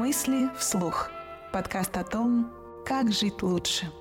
Мысли вслух. Подкаст о том, как жить лучше.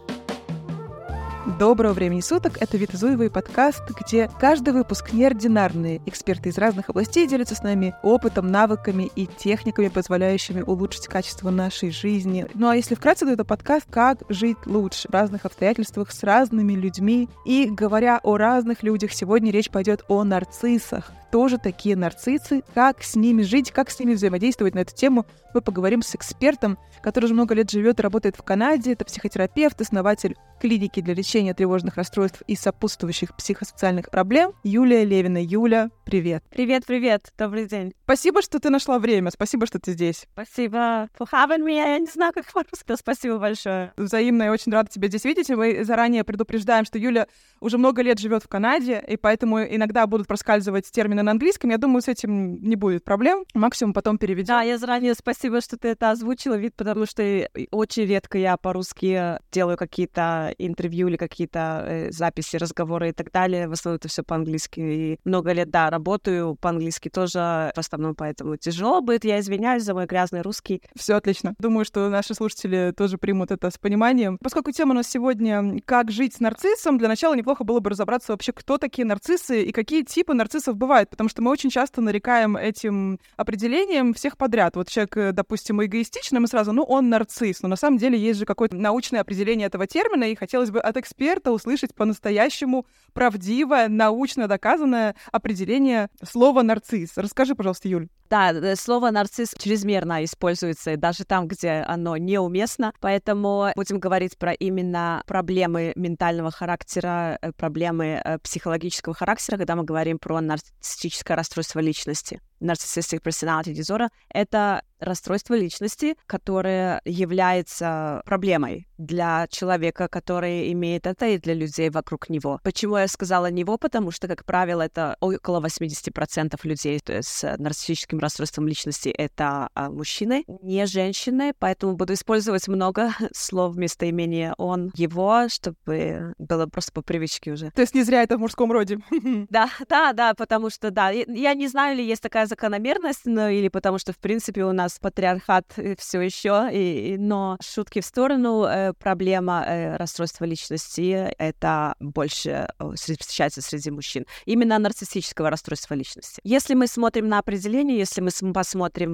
Доброго времени суток, это Вита Зуева и подкаст, где каждый выпуск неординарные эксперты из разных областей делятся с нами опытом, навыками и техниками, позволяющими улучшить качество нашей жизни. Ну а если вкратце, то это подкаст «Как жить лучше» в разных обстоятельствах с разными людьми. И говоря о разных людях, сегодня речь пойдет о нарциссах. Кто же такие нарциссы, как с ними жить, как с ними взаимодействовать. На эту тему мы поговорим с экспертом, который уже много лет живет и работает в Канаде. Это психотерапевт, основатель клиники для лечения тревожных расстройств и сопутствующих психосоциальных проблем Юлия Левина. Юля, привет. Привет, добрый день. Спасибо, что ты нашла время, спасибо, что ты здесь. Спасибо for having me. Я не знаю, как по-русски. Спасибо большое. Взаимно, я очень рада тебя здесь видеть. Мы заранее предупреждаем, что Юля уже много лет живет в Канаде, и поэтому иногда будут проскальзывать термины на английском. Я думаю, с этим не будет проблем. Максимум потом переведем. Да, я заранее спасибо, что ты это озвучила, Вит, потому что очень редко я по-русски делаю какие-то интервью или какие-то записи, разговоры и так далее. В основном это все по-английски. И много лет, да, работаю по-английски тоже, в основном поэтому тяжело будет. Я извиняюсь за мой грязный русский. Все отлично. Думаю, что наши слушатели тоже примут это с пониманием. Поскольку тема у нас сегодня «Как жить с нарциссом», для начала неплохо было бы разобраться вообще, кто такие нарциссы и какие типы нарциссов бывают, потому что мы очень часто нарекаем этим определением всех подряд. Вот человек, допустим, эгоистичный, мы сразу, он нарцисс, но на самом деле есть же какое-то научное определение этого термина, и хотелось бы от эксперта услышать по-настоящему правдивое, научно доказанное определение слова «нарцисс». Расскажи, пожалуйста, Юль. Да, слово «нарцисс» чрезмерно используется, даже там, где оно неуместно, поэтому будем говорить про именно проблемы ментального характера, проблемы психологического характера, когда мы говорим про нарциссическое расстройство личности. Narcissistic Personality Disorder — это расстройство личности, которое является проблемой для человека, который имеет это, и для людей вокруг него. Почему я сказала него? Потому что, как правило, это около 80% людей с нарциссическим расстройством личности — это мужчины, не женщины, поэтому буду использовать много слов вместо имени он, его, чтобы было просто по привычке уже. То есть не зря это в мужском роде. Да, потому что, да, я не знаю, ли есть такая закономерность, или потому что, в принципе, у нас патриархат все еще, но шутки в сторону, проблема расстройства личности — это больше встречается среди мужчин. Именно нарциссического расстройства личности. Если мы смотрим на определение, если мы посмотрим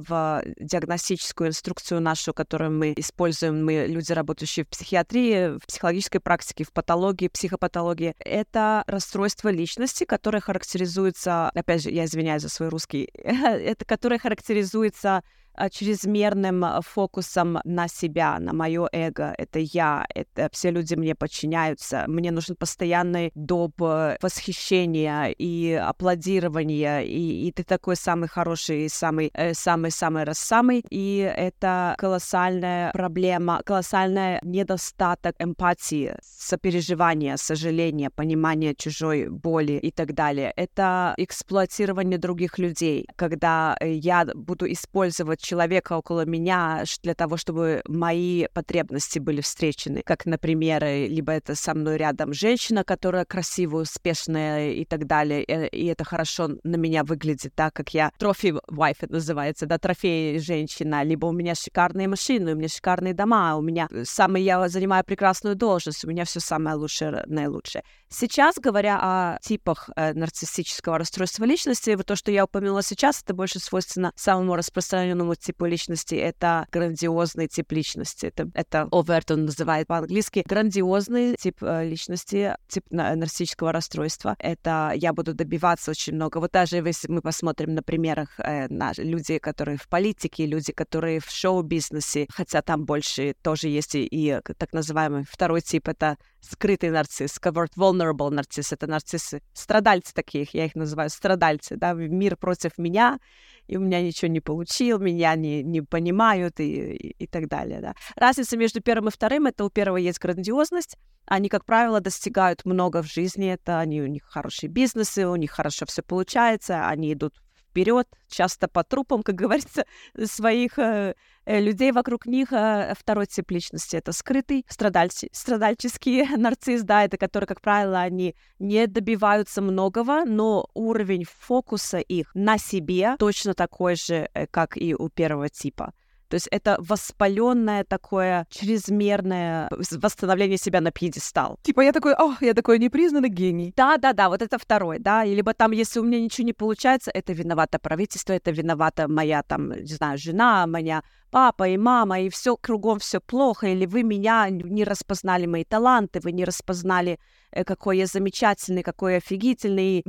в диагностическую инструкцию нашу, которую мы используем, мы люди, работающие в психиатрии, в психологической практике, в патологии, психопатологии, это расстройство личности, которое характеризуется, опять же, я извиняюсь за свой русский, это которое характеризуется чрезмерным фокусом на себя, на мое эго. Это я, это все люди мне подчиняются. Мне нужен постоянный доп. Восхищения и аплодирования, и ты такой самый хороший, самый раз-самый. И это колоссальная проблема, колоссальный недостаток эмпатии, сопереживания, сожаления, понимания чужой боли и так далее. Это эксплуатирование других людей, когда я буду использовать человека около меня для того, чтобы мои потребности были встречены. Как, например, либо это со мной рядом женщина, которая красивая, успешная и так далее, и это хорошо на меня выглядит, да, как я trophy wife, это называется, да, трофей женщина, либо у меня шикарные машины, у меня шикарные дома, я занимаю прекрасную должность, у меня все самое лучшее, наилучшее. Сейчас, говоря о типах нарциссического расстройства личности, то, что я упомянула сейчас, это больше свойственно самому распространенному типу личности. Это грандиозный тип личности. Это overt, он называет по-английски. Грандиозный тип личности, тип нарциссического расстройства. Это я буду добиваться очень много. Вот даже если мы посмотрим на примерах люди, которые в политике, люди, которые в шоу-бизнесе, хотя там больше тоже есть и так называемый второй тип, это скрытый нарцисс, covert vulnerable нарцисс, это нарциссы, страдальцы таких, я их называю страдальцы, да, мир против меня, и у меня ничего не получил, меня не понимают и так далее, да. Разница между первым и вторым — это у первого есть грандиозность, они, как правило, достигают много в жизни, у них хорошие бизнесы, у них хорошо все получается, они идут вперед, часто по трупам, как говорится, своих людей вокруг них. Второй тип личности — это скрытый, страдальческий нарцисс, да, это который, как правило, они не добиваются многого, но уровень фокуса их на себе точно такой же, как и у первого типа. То есть это воспаленное такое чрезмерное восстановление себя на пьедестал. Типа я такой непризнанный гений. Да, вот это второй, да. И либо там, если у меня ничего не получается, это виновато правительство, это виновата моя там, не знаю, жена, моя папа и мама, и все кругом все плохо, или вы меня не распознали мои таланты, вы не распознали, какой я замечательный, какой я офигительный,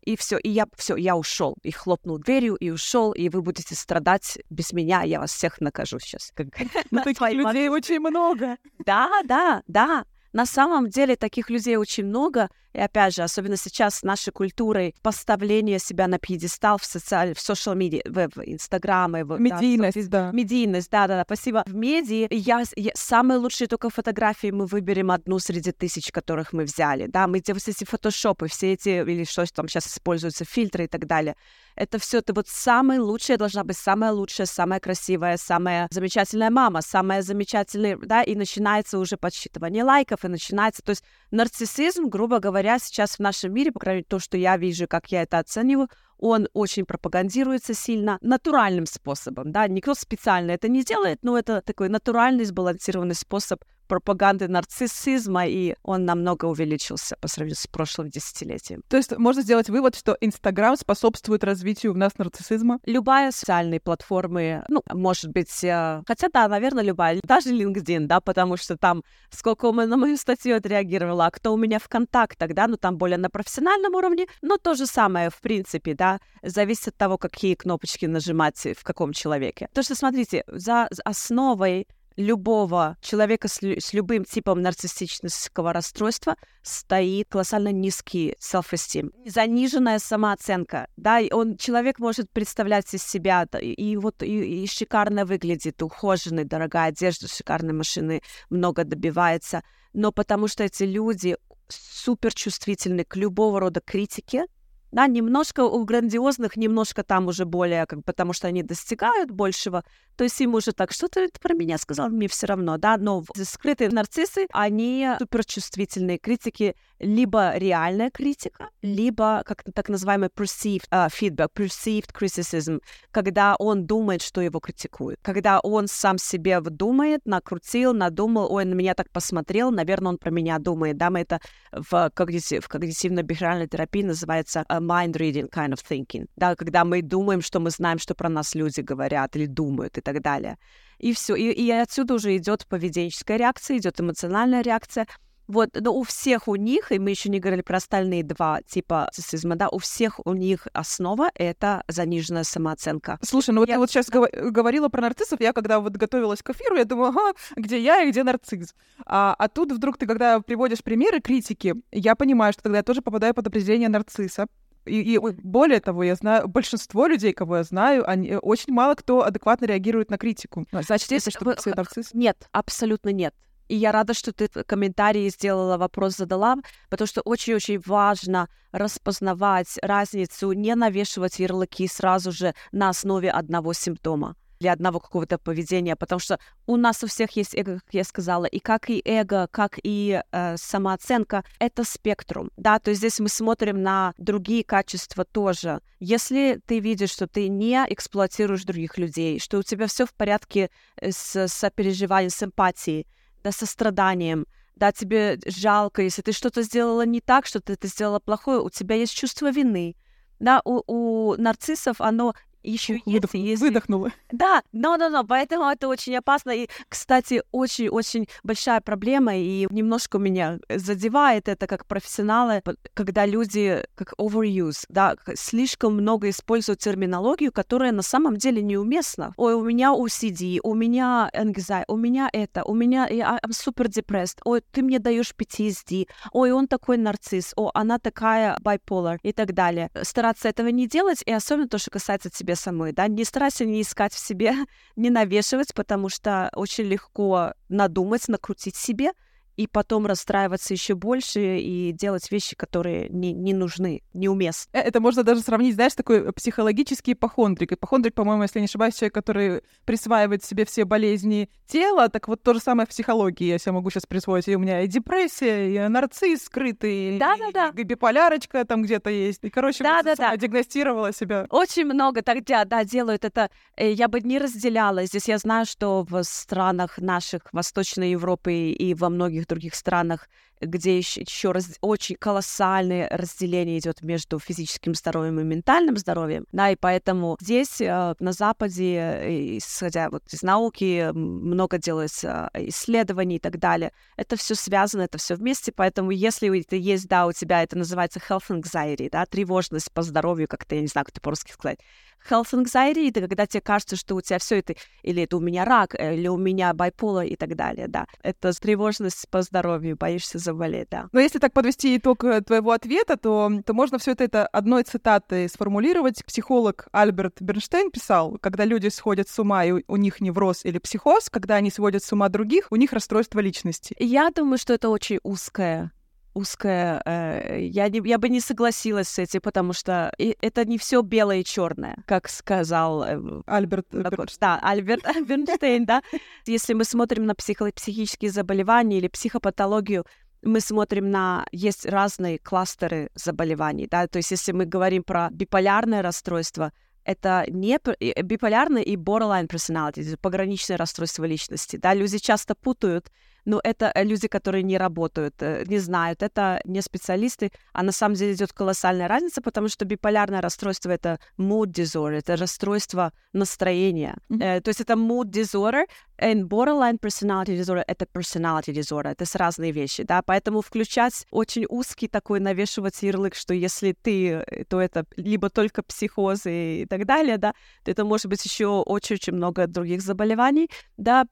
и я ушел, и хлопнул дверью, и ушел, и вы будете страдать без меня, я вас всех накажу сейчас. Таких людей очень много. Да. На самом деле таких людей очень много, и опять же, особенно сейчас с нашей культурой поставления себя на пьедестал в social media, в Инстаграме, медийность, да. Медийность, да, спасибо. В медиа самые лучшие только фотографии мы выберем одну среди тысяч, которых мы взяли, да, мы все эти фотошопы, все эти, или что там сейчас используются, фильтры и так далее. Это все, это вот самое лучшее, должна быть самая лучшая, самая красивая, самая замечательная мама, самая замечательная, да, и начинается уже подсчитывание лайков, и начинается, то есть нарциссизм, грубо говоря, сейчас в нашем мире, по крайней мере, то, что я вижу, как я это оцениваю, он очень пропагандируется сильно натуральным способом, да, никто специально это не делает, но это такой натуральный, сбалансированный способ пропаганды нарциссизма, и он намного увеличился по сравнению с прошлым десятилетием. То есть можно сделать вывод, что Инстаграм способствует развитию у нас нарциссизма? Любая социальная платформа, может быть, хотя, да, наверное, любая, даже LinkedIn, да, потому что там сколько на мою статью отреагировало, а кто у меня в контактах, да, там более на профессиональном уровне, но то же самое, в принципе, да, зависит от того, какие кнопочки нажимать в каком человеке. То, что, смотрите, за основой любого человека с любым типом нарциссического расстройства стоит колоссально низкий self-esteem, заниженная самооценка, да, и человек может представлять из себя, и шикарно выглядит, ухоженный, дорогая одежда, шикарные машины, много добивается, но потому что эти люди суперчувствительны к любого рода критике, да, немножко у грандиозных, немножко там уже более, потому что они достигают большего, то есть им уже так, что ты про меня сказал, мне все равно, да, но скрытые нарциссы, они суперчувствительные критики, либо реальная критика, либо как так называемый perceived feedback, perceived criticism, когда он думает, что его критикуют, когда он сам себе думает, накрутил, надумал, ой, на меня так посмотрел, наверное, он про меня думает, да, мы это в когнитивно-бихевиоральной терапии называется mind reading kind of thinking, да, когда мы думаем, что мы знаем, что про нас люди говорят или думают и так далее. И все. И отсюда уже идет поведенческая реакция, идет эмоциональная реакция. Вот, но у всех у них, и мы еще не говорили про остальные два типа нарциссизма, да, у всех у них основа — это заниженная самооценка. Слушай, ты вот сейчас говорила про нарциссов, я когда вот готовилась к эфиру, я думаю, где я и где нарцисс. А тут вдруг ты, когда приводишь примеры критики, я понимаю, что тогда я тоже попадаю под определение нарцисса. И более того, я знаю, большинство людей, кого я знаю, очень мало кто адекватно реагирует на критику. Значит, это что ты нарцисс? Нет, абсолютно нет. И я рада, что ты комментарии сделала, вопрос задала, потому что очень-очень важно распознавать разницу, не навешивать ярлыки сразу же на основе одного симптома или одного какого-то поведения, потому что у нас у всех есть эго, как я сказала, и как и эго, как и самооценка — это спектрум, да, то есть здесь мы смотрим на другие качества тоже. Если ты видишь, что ты не эксплуатируешь других людей, что у тебя все в порядке с сопереживанием, с эмпатией, да, состраданием, да, тебе жалко, если ты что-то сделала не так, что-то ты сделала плохое, у тебя есть чувство вины, да, у нарциссов оно еще есть. Выдохнула. Да, но, поэтому это очень опасно. И, кстати, очень-очень большая проблема, и немножко меня задевает это как профессионалы, когда люди как overuse, да, слишком много используют терминологию, которая на самом деле неуместна. Ой, у меня OCD, у меня anxiety, у меня это, у меня I'm super depressed, ой, ты мне даешь PTSD, ой, он такой нарцисс, о, она такая bipolar и так далее. Стараться этого не делать, и особенно то, что касается тебя самой, да, не старайся не искать в себе, не навешивать, потому что очень легко надумать, накрутить себе и потом расстраиваться еще больше и делать вещи, которые не нужны, неуместны. Это можно даже сравнить, знаешь, такой психологический ипохондрик. Ипохондрик, по-моему, если не ошибаюсь, человек, который присваивает себе все болезни тела, так вот то же самое в психологии. Я себе могу сейчас присвоить, и у меня и депрессия, и нарцисс скрытый, и биполярочка там где-то есть. И, короче, диагностировала себя. Очень много тогда, делают это. Я бы не разделяла. Здесь я знаю, что в странах наших Восточной Европы и во многих других странах, где еще очень колоссальное разделение идет между физическим здоровьем и ментальным здоровьем, да, и поэтому здесь, на Западе, исходя вот из науки, много делается исследований и так далее. Это все связано, это все вместе, поэтому если это есть, да, у тебя это называется health anxiety, да, тревожность по здоровью, как-то, я не знаю, как это по-русски сказать. Health anxiety — это когда тебе кажется, что у тебя все это, или это у меня рак, или у меня bipolar и так далее, да. Это тревожность по здоровью, боишься заболеть, да. Но если так подвести итог твоего ответа, то можно все это одной цитатой сформулировать. Психолог Альберт Бернштейн писал: когда люди сходят с ума, и у них невроз или психоз, когда они сводят с ума других, у них расстройство личности. Я думаю, что это очень узкое. Я бы не согласилась с этим, потому что это не все белое и черное, как сказал Альберт Бернштейн, да. Если мы смотрим на психические заболевания или психопатологию, мы смотрим есть разные кластеры заболеваний, да, то есть если мы говорим про биполярное расстройство, это не биполярное и borderline personality, пограничное расстройство личности, да, люди часто путают. Но это люди, которые не работают, не знают, это не специалисты, а на самом деле идет колоссальная разница, потому что биполярное расстройство — это mood disorder, это расстройство настроения. То есть это mood disorder, и borderline personality disorder — это personality disorder, это разные вещи, да, поэтому включать очень узкий такой, навешивать ярлык, что если ты, то это либо только психозы и так далее, да, то это может быть еще очень-очень много других заболеваний, да,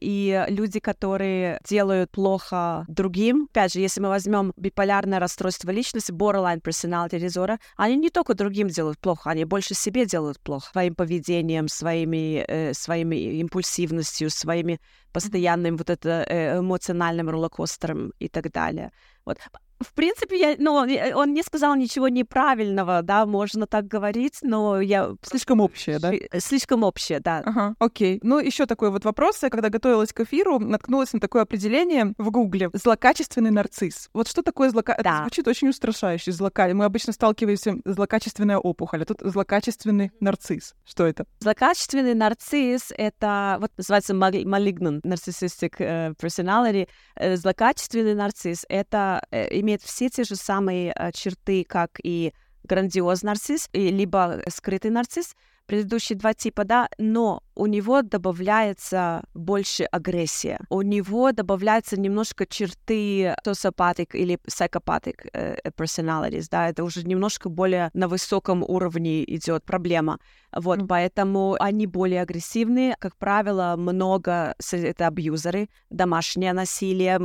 и люди, которые делают плохо другим. Опять же, если мы возьмем биполярное расстройство личности, borderline personality disorder, они не только другим делают плохо, они больше себе делают плохо. Своим поведением, своими импульсивностью, своими постоянным вот это эмоциональным роллеркостером и так далее. Вот. В принципе, он не сказал ничего неправильного, да, можно так говорить, но я... Слишком общее, да? Слишком общее, да. Ага, окей. Ну, еще такой вот вопрос. Я, когда готовилась к эфиру, наткнулась на такое определение в Гугле. Злокачественный нарцисс. Вот что такое злокачественный? Это звучит очень устрашающе. Мы обычно сталкиваемся с злокачественная опухоль, а тут злокачественный нарцисс. Что это? Злокачественный нарцисс — это, вот называется malignant narcissistic personality. Злокачественный нарцисс — это имеет все те же самые черты, как и грандиозный нарцисс, либо скрытый нарцисс, предыдущие два типа, да, но у него добавляется больше агрессия, у него добавляются немножко черты sociopathic или psychopathic personalities, да, это уже немножко более на высоком уровне идет проблема. Вот, поэтому они более агрессивные. Как правило, много это абьюзеры, домашнее насилие.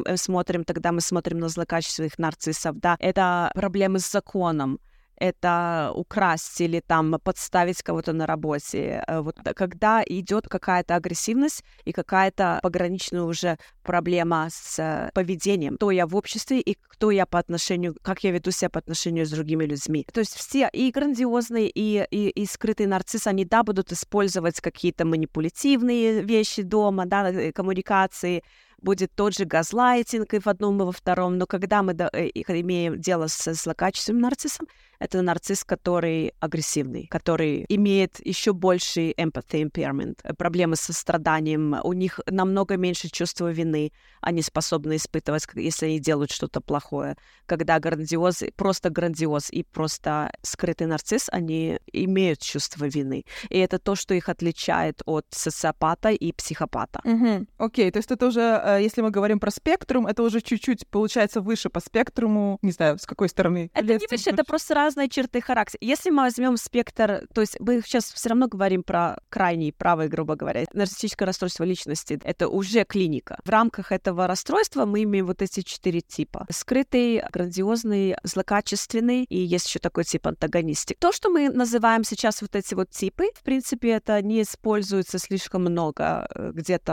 Мы смотрим на злокачественных нарциссов, да, это проблемы с законом. Это украсть или там подставить кого-то на работе. Вот когда идет какая-то агрессивность и какая-то пограничная уже проблема с поведением, кто я в обществе и как я веду себя по отношению с другими людьми. То есть все и грандиозные, и скрытые нарциссы, они, да, будут использовать какие-то манипулятивные вещи дома, да, коммуникации, будет тот же газлайтинг и в одном, и во втором, но когда мы имеем дело с злокачественным нарциссом, это нарцисс, который агрессивный, который имеет еще больший empathy impairment, проблемы со страданием, у них намного меньше чувства вины, они способны испытывать, если они делают что-то плохое. Когда просто грандиоз и просто скрытый нарцисс, они имеют чувство вины. И это то, что их отличает от социопата и психопата. Окей, то есть это уже, если мы говорим про спектрум, это уже чуть-чуть, получается, выше по спектруму, не знаю, с какой стороны. Это не выше, это просто разные черты характера. Если мы возьмем спектр, то есть мы сейчас все равно говорим про крайний правый, грубо говоря, нарциссическое расстройство личности, это уже клиника. В рамках этого расстройства мы имеем вот эти 4 типа. Скрытый, грандиозный, злокачественный, и есть еще такой тип антагонистик. То, что мы называем сейчас вот эти вот типы, в принципе, это не используется слишком много где-то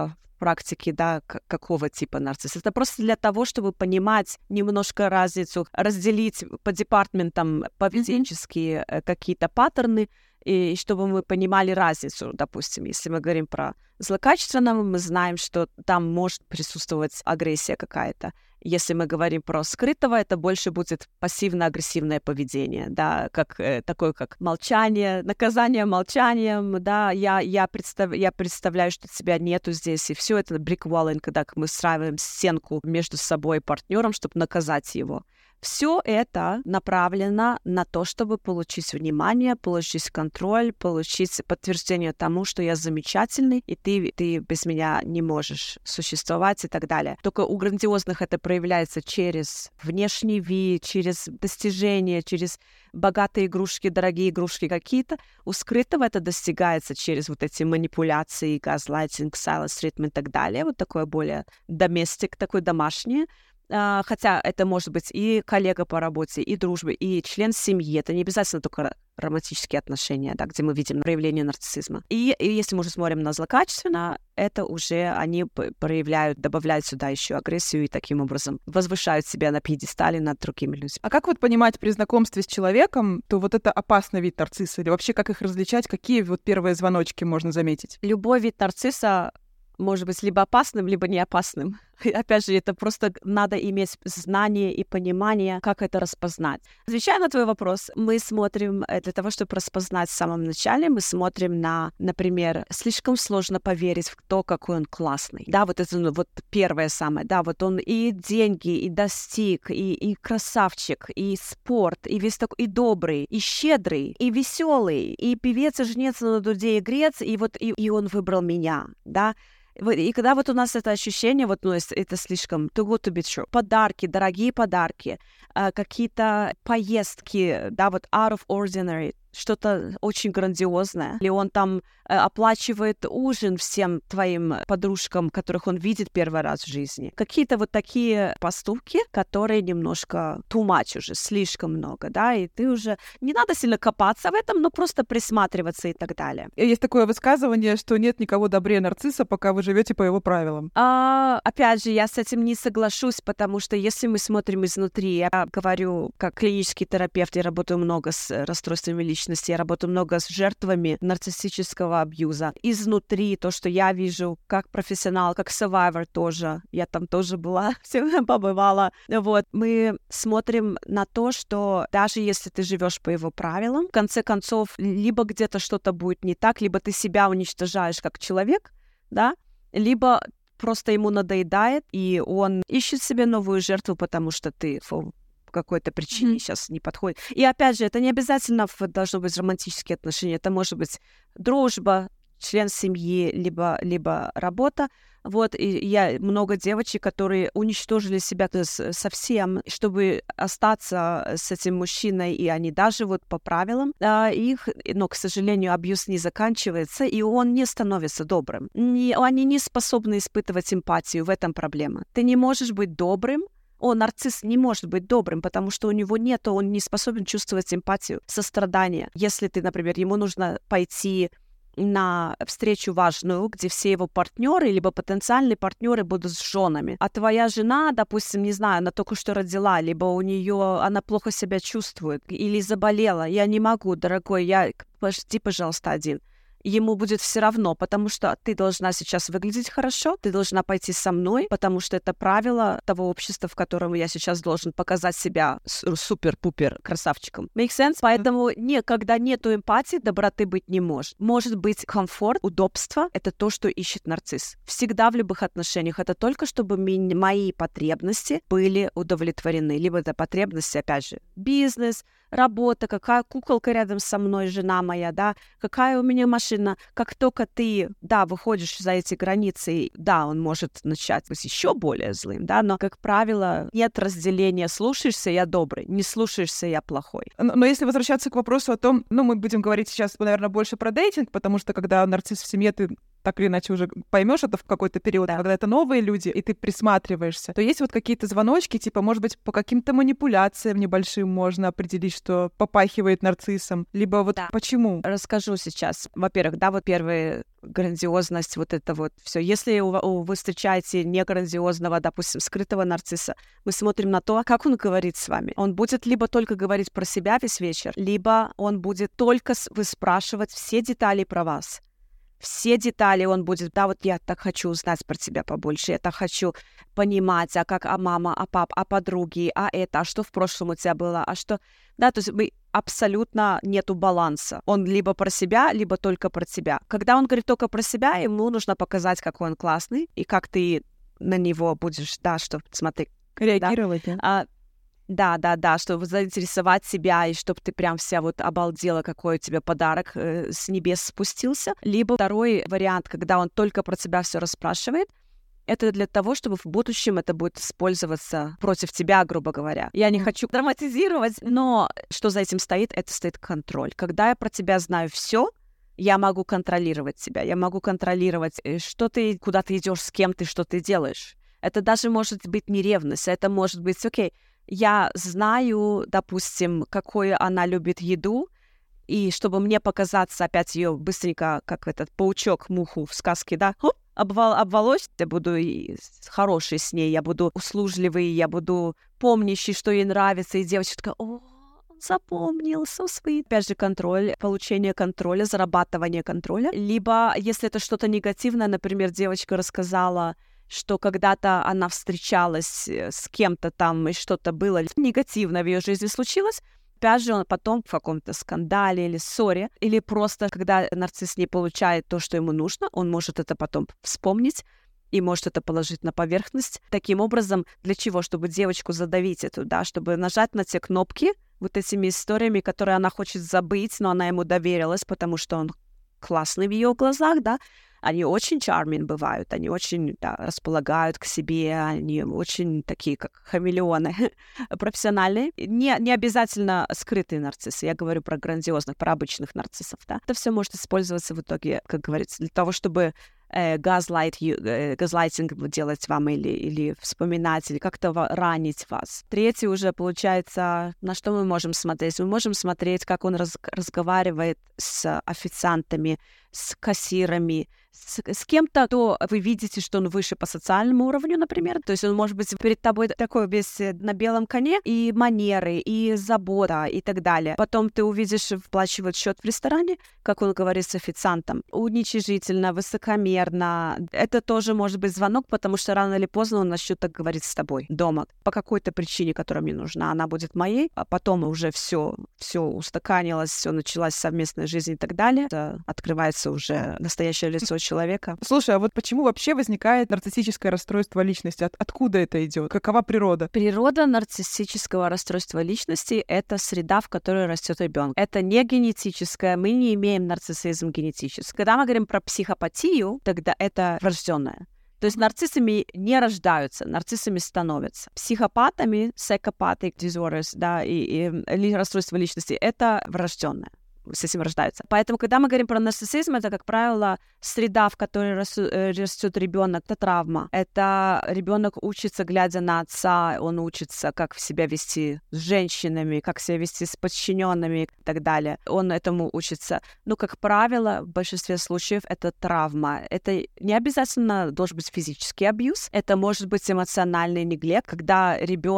практике, да, какого типа нарцисс. Это просто для того, чтобы понимать немножко разницу, разделить по департаментам поведенческие какие-то паттерны, и чтобы мы понимали разницу. Допустим, если мы говорим про злокачественного, мы знаем, что там может присутствовать агрессия какая-то. Если мы говорим про скрытого, это больше будет пассивно-агрессивное поведение, да, такое как молчание, наказание молчанием, да, я представляю, что тебя нету здесь, и все это brick-walling, когда мы встраиваем стенку между собой и партнером, чтобы наказать его. Все это направлено на то, чтобы получить внимание, получить контроль, получить подтверждение тому, что я замечательный, и ты без меня не можешь существовать и так далее. Только у грандиозных это проявляется через внешний вид, через достижения, через богатые игрушки, дорогие игрушки какие-то. У скрытого это достигается через вот эти манипуляции, газлайтинг, silence treatment и так далее. Вот такое более domestic, такое домашнее. Хотя это может быть и коллега по работе, и дружба, и член семьи. Это не обязательно только романтические отношения, да, где мы видим проявление нарциссизма. И если мы уже смотрим на злокачественно, это уже они проявляют, добавляют сюда еще агрессию и таким образом возвышают себя на пьедестале над другими людьми. А как вот понимать при знакомстве с человеком, то вот это опасный вид нарцисса? Или вообще как их различать? Какие вот первые звоночки можно заметить? Любой вид нарцисса может быть либо опасным, либо не опасным. Опять же, это просто надо иметь знание и понимание, как это распознать. Отвечая на твой вопрос, мы смотрим, для того, чтобы распознать в самом начале, мы смотрим на, например, слишком сложно поверить в то, какой он классный. Да, вот это вот первое самое, да, вот он и деньги, и достиг, и красавчик, и спорт, и весь такой, и добрый, и щедрый, и веселый, и певец, и жнец, на дуде, и грец, и вот, и он выбрал меня, да. И когда вот у нас это ощущение, вот, ну, это слишком too good to be true. Подарки, дорогие подарки, какие-то поездки, да, вот out of ordinary, что-то очень грандиозное. Или он там оплачивает ужин всем твоим подружкам, которых он видит первый раз в жизни. Какие-то вот такие поступки, которые немножко too much уже, слишком много, да, и ты уже... Не надо сильно копаться в этом, но просто присматриваться и так далее. Есть такое высказывание, что нет никого добрее нарцисса, пока вы живете по его правилам. Опять же, я с этим не соглашусь, потому что если мы смотрим изнутри, я говорю, как клинический терапевт, я работаю много с расстройствами личности, я работаю много с жертвами нарциссического абьюза. Изнутри то, что я вижу как профессионал, как survivor тоже, я там тоже была, побывала. Вот, мы смотрим на то, что даже если ты живешь по его правилам, в конце концов, либо где-то что-то будет не так, либо ты себя уничтожаешь как человек, да, либо просто ему надоедает, и он ищет себе новую жертву, потому что ты по какой-то причине сейчас не подходит. И опять же, это не обязательно должно быть романтические отношения, это может быть дружба, член семьи, либо работа. Вот, и я много девочек, которые уничтожили себя совсем, чтобы остаться с этим мужчиной, и они даже вот по правилам их, но, к сожалению, абьюз не заканчивается, и он не становится добрым. Они не способны испытывать эмпатию, в этом проблема. Ты не можешь быть добрым, нарцисс не может быть добрым, потому что у него он не способен чувствовать эмпатию, сострадание. Если ты, например, ему нужно пойти на встречу важную, где все его партнеры, либо потенциальные партнеры будут с женами, а твоя жена, допустим, не знаю, она только что родила, либо она плохо себя чувствует, или заболела, я не могу, дорогой, подожди, пожалуйста, один. Ему будет все равно, потому что ты должна сейчас выглядеть хорошо, ты должна пойти со мной, потому что это правило того общества, в котором я сейчас должен показать себя супер-пупер красавчиком. Make sense? Поэтому когда нету эмпатии, доброты быть не может. Может быть комфорт, удобство — это то, что ищет нарцисс. Всегда в любых отношениях это только чтобы мои потребности были удовлетворены. Либо это потребности, опять же, бизнес, работа, какая куколка рядом со мной, жена моя, да, какая у меня машина. Как только ты, да, выходишь за эти границы, да, он может начать быть еще более злым, да, но, как правило, нет разделения. Слушаешься — я добрый, не слушаешься — я плохой. Но если возвращаться к вопросу о том, мы будем говорить сейчас, наверное, больше про дейтинг, потому что когда нарцисс в семье, ты так или иначе уже поймешь это в какой-то период, когда это новые люди, и ты присматриваешься, то есть вот какие-то звоночки, типа, может быть, по каким-то манипуляциям небольшим можно определить, что попахивает нарциссом, либо вот почему? Расскажу сейчас. Во-первых, вот первая грандиозность, вот это вот все. Если вы встречаете не грандиозного, допустим, скрытого нарцисса, мы смотрим на то, как он говорит с вами. Он будет либо только говорить про себя весь вечер, либо он будет только выспрашивать все детали про вас. Все детали он будет, вот я так хочу узнать про тебя побольше, я так хочу понимать, а мама, а пап, а подруги, а что в прошлом у тебя было, а что... то есть абсолютно нету баланса. Он либо про себя, либо только про тебя. Когда он говорит только про себя, ему нужно показать, какой он классный, и как ты на него будешь, что, смотри... Реагировать, Да, чтобы заинтересовать себя, и чтобы ты прям вся вот обалдела, какой у тебя подарок с небес спустился. Либо второй вариант, когда он только про тебя все расспрашивает, это для того, чтобы в будущем это будет использоваться против тебя, грубо говоря. Я не хочу драматизировать, но что за этим стоит? Это стоит контроль. Когда я про тебя знаю все, я могу контролировать тебя, я могу контролировать, что ты, куда ты идешь, с кем ты, что ты делаешь. Это даже может быть не ревность, это может быть, окей, я знаю, допустим, какую она любит еду, и чтобы мне показаться опять ее быстренько, как этот паучок муху в сказке, обволочь, я буду хороший с ней, я буду услужливый, я буду помнящий, что ей нравится, и девочка такая, он запомнил, so sweet. Опять же, контроль, получение контроля, зарабатывание контроля. Либо, если это что-то негативное, например, девочка рассказала, что когда-то она встречалась с кем-то там, и что-то было негативное в ее жизни случилось, опять же, он потом в каком-то скандале или ссоре, или просто, когда нарцисс не получает то, что ему нужно, он может это потом вспомнить и может это положить на поверхность. Таким образом, для чего? Чтобы девочку задавить эту, чтобы нажать на те кнопки вот этими историями, которые она хочет забыть, но она ему доверилась, потому что он классный в ее глазах, Они очень charming бывают, они очень располагают к себе, они очень такие, как хамелеоны, профессиональные. Не обязательно скрытые нарциссы, я говорю про грандиозных, про обычных нарциссов. Это все может использоваться в итоге, как говорится, для того, чтобы газлайтинг делать вам или вспоминать, или как-то ранить вас. Третий уже, получается, на что мы можем смотреть? Мы можем смотреть, как он разговаривает с официантами, с кассирами, с кем-то, кто вы видите, что он выше по социальному уровню, например. То есть он может быть перед тобой такой весь на белом коне, и манеры, и забота, и так далее. Потом ты увидишь, вплачивать счет в ресторане, как он говорит с официантом. Уничижительно, высокомерно. Это тоже может быть звонок, потому что рано или поздно он начнет так говорить с тобой дома. По какой-то причине, которая мне нужна, она будет моей, а потом уже все устаканилось, все началась совместная жизнь и так далее. Это открывается уже настоящее лицо человека. Слушай, а вот почему вообще возникает нарциссическое расстройство личности? Откуда это идет? Какова природа? Природа нарциссического расстройства личности — это среда, в которой растет ребенок. Это не генетическое, мы не имеем нарциссизм генетический. Когда мы говорим про психопатию, тогда это врожденное. То есть нарциссами не рождаются, нарциссами становятся. Психопатами, psychopathic disorders, или расстройство личности — это врожденное. С этим рождаются. Поэтому, когда мы говорим про нарциссизм, это, как правило, среда, в которой растет ребенок, это травма. Это ребенок учится, глядя на отца, он учится, как себя вести с женщинами, как себя вести с подчиненными и так далее. Он этому учится. Но, как правило, в большинстве случаев это травма. Это не обязательно должен быть физический абьюз, это может быть эмоциональный неглект, когда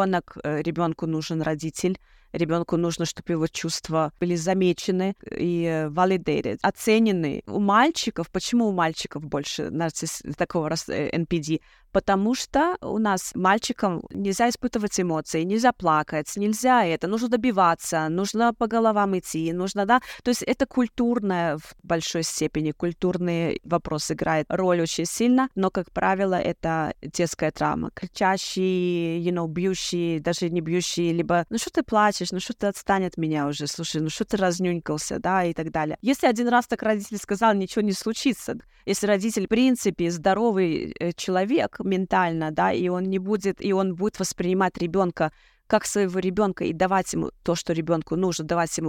ребенку нужен родитель, ребенку нужно, чтобы его чувства были замечены и validated, оценены. Почему у мальчиков больше такого NPD? Потому что у нас мальчикам нельзя испытывать эмоции, нельзя плакать, нельзя это, нужно добиваться, нужно по головам идти, нужно, То есть это культурное в большой степени, культурный вопрос играет роль очень сильно, но, как правило, это детская травма. Кричащие, бьющие, даже не бьющие, либо, что ты плачешь, что ты отстань от меня уже, слушай, что ты разнюнькался, и так далее. Если один раз так родитель сказал, ничего не случится. Если родитель, в принципе, здоровый человек, ментально, и он будет воспринимать ребенка как своего ребенка и давать ему то, что ребенку нужно, давать ему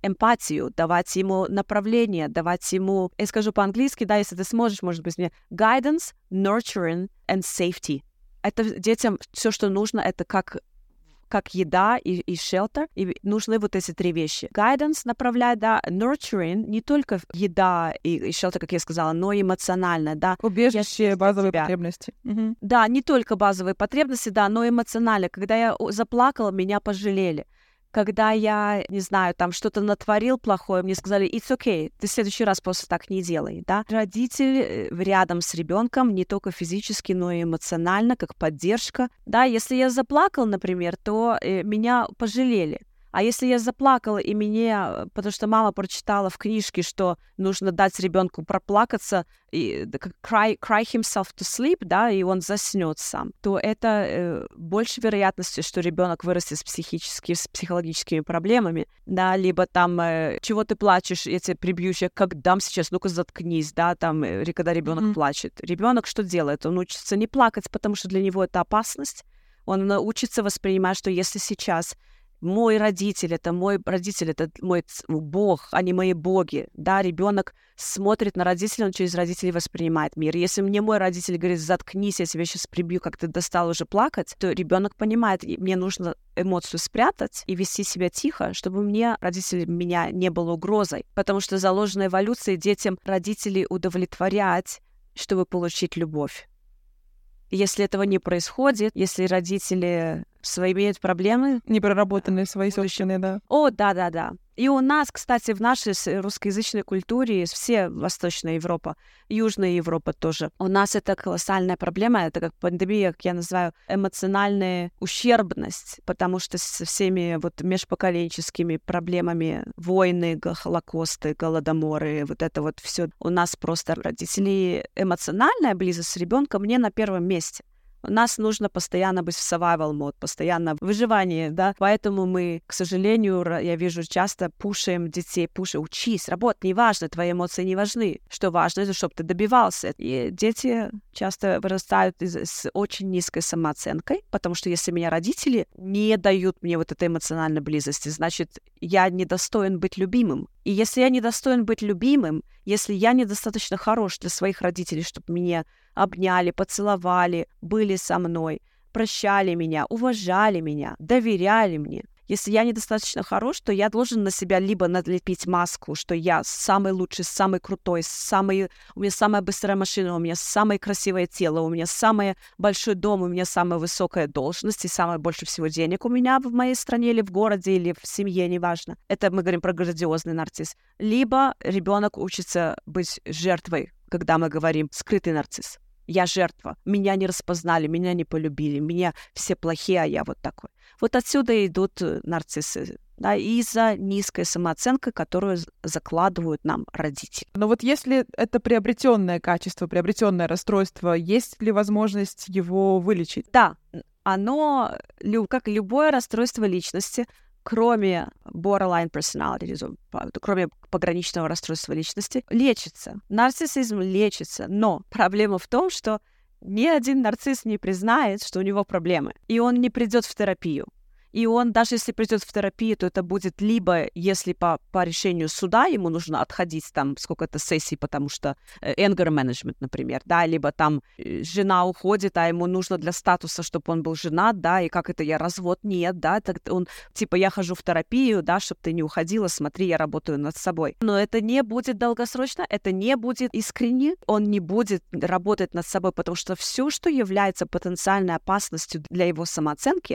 эмпатию, давать ему направление, давать ему, я скажу по-английски, да, если ты сможешь, может быть, мне guidance, nurturing and safety. Это детям все, что нужно, это как еда и shelter, и нужны вот эти 3 вещи. Guidance направлять, да, nurturing, не только еда и shelter, как я сказала, но и эмоционально, да. Убежище, базовые потребности. Угу. Да, не только базовые потребности, да, но и эмоционально. Когда я заплакала, меня пожалели. Когда я, не знаю, там что-то натворил плохое, мне сказали, it's okay, ты в следующий раз просто так не делай, да. Родитель рядом с ребенком не только физически, но и эмоционально, как поддержка. Да, если я заплакал, например, то меня пожалели. А если я заплакала, и потому что мама прочитала в книжке, что нужно дать ребенку проплакаться, и cry himself to sleep, да, и он заснет сам, то это больше вероятности, что ребенок вырастет с психологическими проблемами, да, либо там, чего ты плачешь, я тебя прибью, я как дам сейчас, ну-ка заткнись, да, там, когда ребенок плачет. Ребенок что делает? Он учится не плакать, потому что для него это опасность. Он учится воспринимать, что если сейчас мой родитель, это мой Бог, а не мои боги. Да, ребенок смотрит на родителей, он через родителей воспринимает мир. Если мне мой родитель говорит, заткнись, я тебя сейчас прибью, как ты достал уже плакать, то ребенок понимает, мне нужно эмоцию спрятать и вести себя тихо, чтобы родители меня не было угрозой. Потому что заложена эволюцией детям родителей удовлетворять, чтобы получить любовь. Если этого не происходит, если родители имеют проблемы... Непроработанные свои собственные, да. О, да. И у нас, кстати, в нашей русскоязычной культуре, все Восточная Европа, Южная Европа тоже, у нас это колоссальная проблема, это как пандемия, как я называю, эмоциональная ущербность, потому что со всеми вот межпоколенческими проблемами, войны, холокосты, голодоморы, вот это вот все у нас просто родители, эмоциональная близость с ребенком не на первом месте. У нас нужно постоянно быть в survival mode, постоянно в выживании, да. Поэтому мы, к сожалению, я вижу, часто пушаем детей, учись, работай, неважно, твои эмоции не важны. Что важно, это чтобы ты добивался. И дети часто вырастают с очень низкой самооценкой, потому что если меня родители не дают мне вот этой эмоциональной близости, значит, я недостоин быть любимым. И если я недостоин быть любимым, если я недостаточно хорош для своих родителей, чтобы меня обняли, поцеловали, были со мной, прощали меня, уважали меня, доверяли мне. Если я недостаточно хорош, то я должен на себя либо надлепить маску, что я самый лучший, самый крутой, у меня самая быстрая машина, у меня самое красивое тело, у меня самый большой дом, у меня самая высокая должность и самое больше всего денег у меня в моей стране или в городе, или в семье, неважно. Это мы говорим про грандиозный нарцисс. Либо ребенок учится быть жертвой, когда мы говорим скрытый нарцисс. Я жертва, меня не распознали, меня не полюбили, меня все плохие, а я вот такой. Вот отсюда идут нарциссы, да, из-за низкой самооценки, которую закладывают нам родители. Но вот если это приобретенное качество, приобретенное расстройство, есть ли возможность его вылечить? Да, оно, как любое расстройство личности, кроме borderline personality, кроме пограничного расстройства личности, лечится. Нарциссизм лечится, но проблема в том, что ни один нарцисс не признает, что у него проблемы, и он не придет в терапию. И он, даже если придет в терапию, то это будет либо, если по решению суда ему нужно отходить там сколько-то сессий, потому что anger management, например, да, либо там жена уходит, а ему нужно для статуса, чтобы он был женат, да, и как это развод? Нет, да, так он, типа, я хожу в терапию, да, чтобы ты не уходила, смотри, я работаю над собой. Но это не будет долгосрочно, это не будет искренне, он не будет работать над собой, потому что все, что является потенциальной опасностью для его самооценки,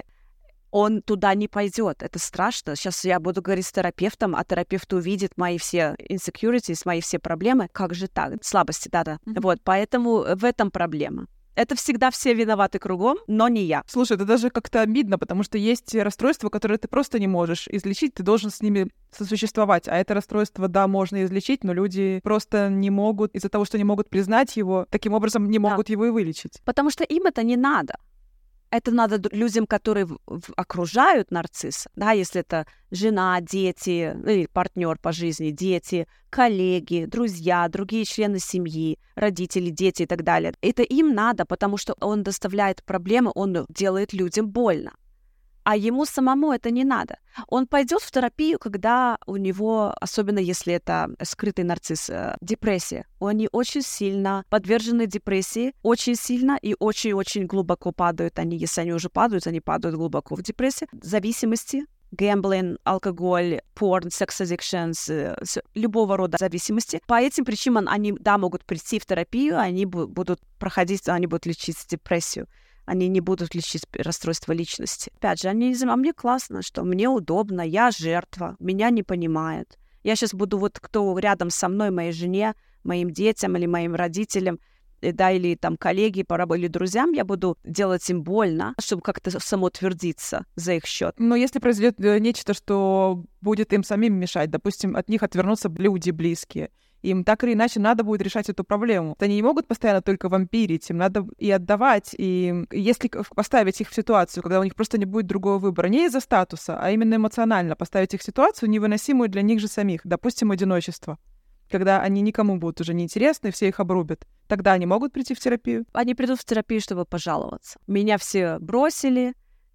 он туда не пойдет. Это страшно. Сейчас я буду говорить с терапевтом, а терапевт увидит мои все insecurities, мои все проблемы. Как же так? Слабости, да-да. Вот, поэтому в этом проблема. Это всегда все виноваты кругом, но не я. Слушай, это даже как-то обидно, потому что есть расстройства, которые ты просто не можешь излечить, ты должен с ними сосуществовать. А это расстройство, да, можно излечить, но люди просто не могут, из-за того, что не могут признать его, таким образом не могут его и вылечить. Потому что им это не надо. Это надо людям, которые окружают нарцисса, да, если это жена, дети, или партнер по жизни, дети, коллеги, друзья, другие члены семьи, родители, дети и так далее. Это им надо, потому что он доставляет проблемы, он делает людям больно. а ему самому это не надо. Он пойдет в терапию, когда у него, особенно если это скрытый нарцисс, депрессия. Они очень сильно подвержены депрессии, очень сильно и очень-очень глубоко падают. Если они уже падают, они падают глубоко в депрессии. Зависимости, гэмблинг, алкоголь, порн, секс addictions, любого рода зависимости. По этим причинам они, могут прийти в терапию, они будут лечить депрессию. Они не будут лечить расстройство личности. Опять же, мне классно, что мне удобно, я жертва, меня не понимают. Я сейчас буду кто рядом со мной, моей жене, моим детям или моим родителям, или там коллеги по работе, или друзьям, я буду делать им больно, чтобы как-то самоутвердиться за их счет. Но если произойдет нечто, что будет им самим мешать, допустим, от них отвернутся люди близкие, им так или иначе надо будет решать эту проблему. Они не могут постоянно только вампирить, им надо и отдавать. И если поставить их в ситуацию, когда у них просто не будет другого выбора, не из-за статуса, а именно эмоционально поставить их в ситуацию, невыносимую для них же самих, допустим, одиночество, когда они никому будут уже неинтересны, все их обрубят, тогда они могут прийти в терапию? Они придут в терапию, чтобы пожаловаться. Меня все бросили,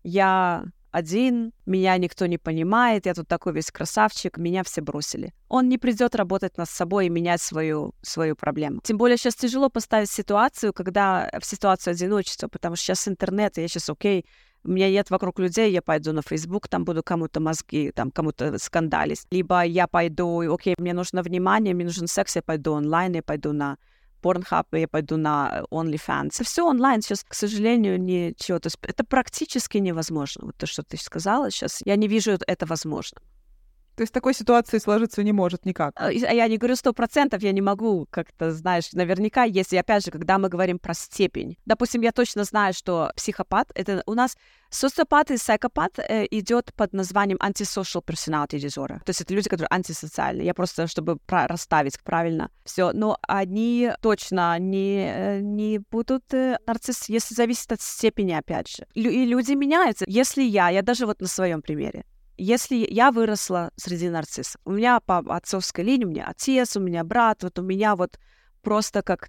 я один, меня никто не понимает, я тут такой весь красавчик, меня все бросили. Он не придет работать над собой и менять свою проблему. Тем более сейчас тяжело поставить ситуацию, в ситуацию одиночества, потому что сейчас интернет, и я сейчас, у меня нет вокруг людей, я пойду на Facebook, там буду кому-то мозги, там кому-то скандалить. Либо я пойду, мне нужно внимание, мне нужен секс, я пойду онлайн, я пойду на Pornhub, я пойду на OnlyFans. Все онлайн сейчас, к сожалению, ничего. То есть это практически невозможно. Вот то, что ты сказала сейчас, я не вижу это возможным. То есть такой ситуации сложиться не может никак? Я не говорю 100%, я не могу как-то, знаешь, наверняка, если, опять же, когда мы говорим про степень. Допустим, я точно знаю, что психопат, это у нас социопат и психопат идет под названием antisocial personality disorder. То есть это люди, которые антисоциальные. Я просто, чтобы расставить правильно все. Но они точно не будут нарциссы, если зависит от степени, опять же. И люди меняются. Если я даже на своем примере, если я выросла среди нарциссов, у меня по отцовской линии, у меня отец, у меня брат, у меня просто как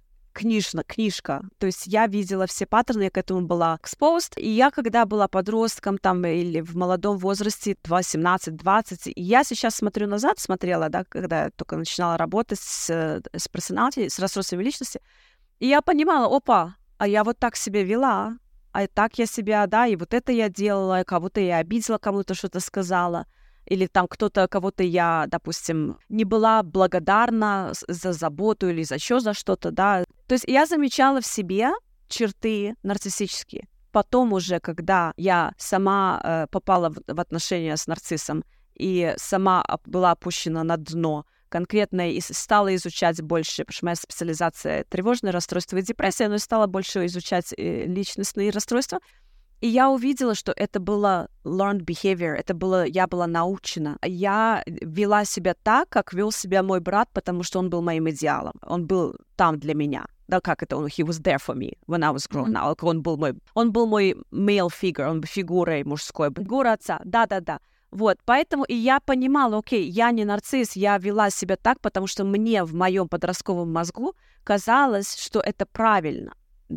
книжка. То есть я видела все паттерны, я к этому была exposed. И я, когда была подростком или в молодом возрасте, 18-20, и я сейчас смотрела, когда я только начинала работать с персоналити, с расстройствами личности, и я понимала, а я так себя вела, а так я себя, и это я делала, кого-то я обидела, кому-то что-то сказала, или там кого-то я, допустим, не была благодарна за заботу или еще за что-то, То есть я замечала в себе черты нарциссические. Потом уже, когда я сама попала в отношения с нарциссом и сама была опущена на дно, конкретно и стала изучать больше, потому что моя специализация — тревожное расстройство и депрессия, но стала больше изучать личностные расстройства. И я увидела, что это было learned behavior, я была научена. Я вела себя так, как вел себя мой брат, потому что он был моим идеалом. Он был там для меня. He was there for me when I was grown up. Он был мой male figure, он был фигурой мужской. Фигура отца, да. Поэтому и я понимала, я не нарцисс, я вела себя так, потому что мне в моем подростковом мозгу казалось, что это правильно,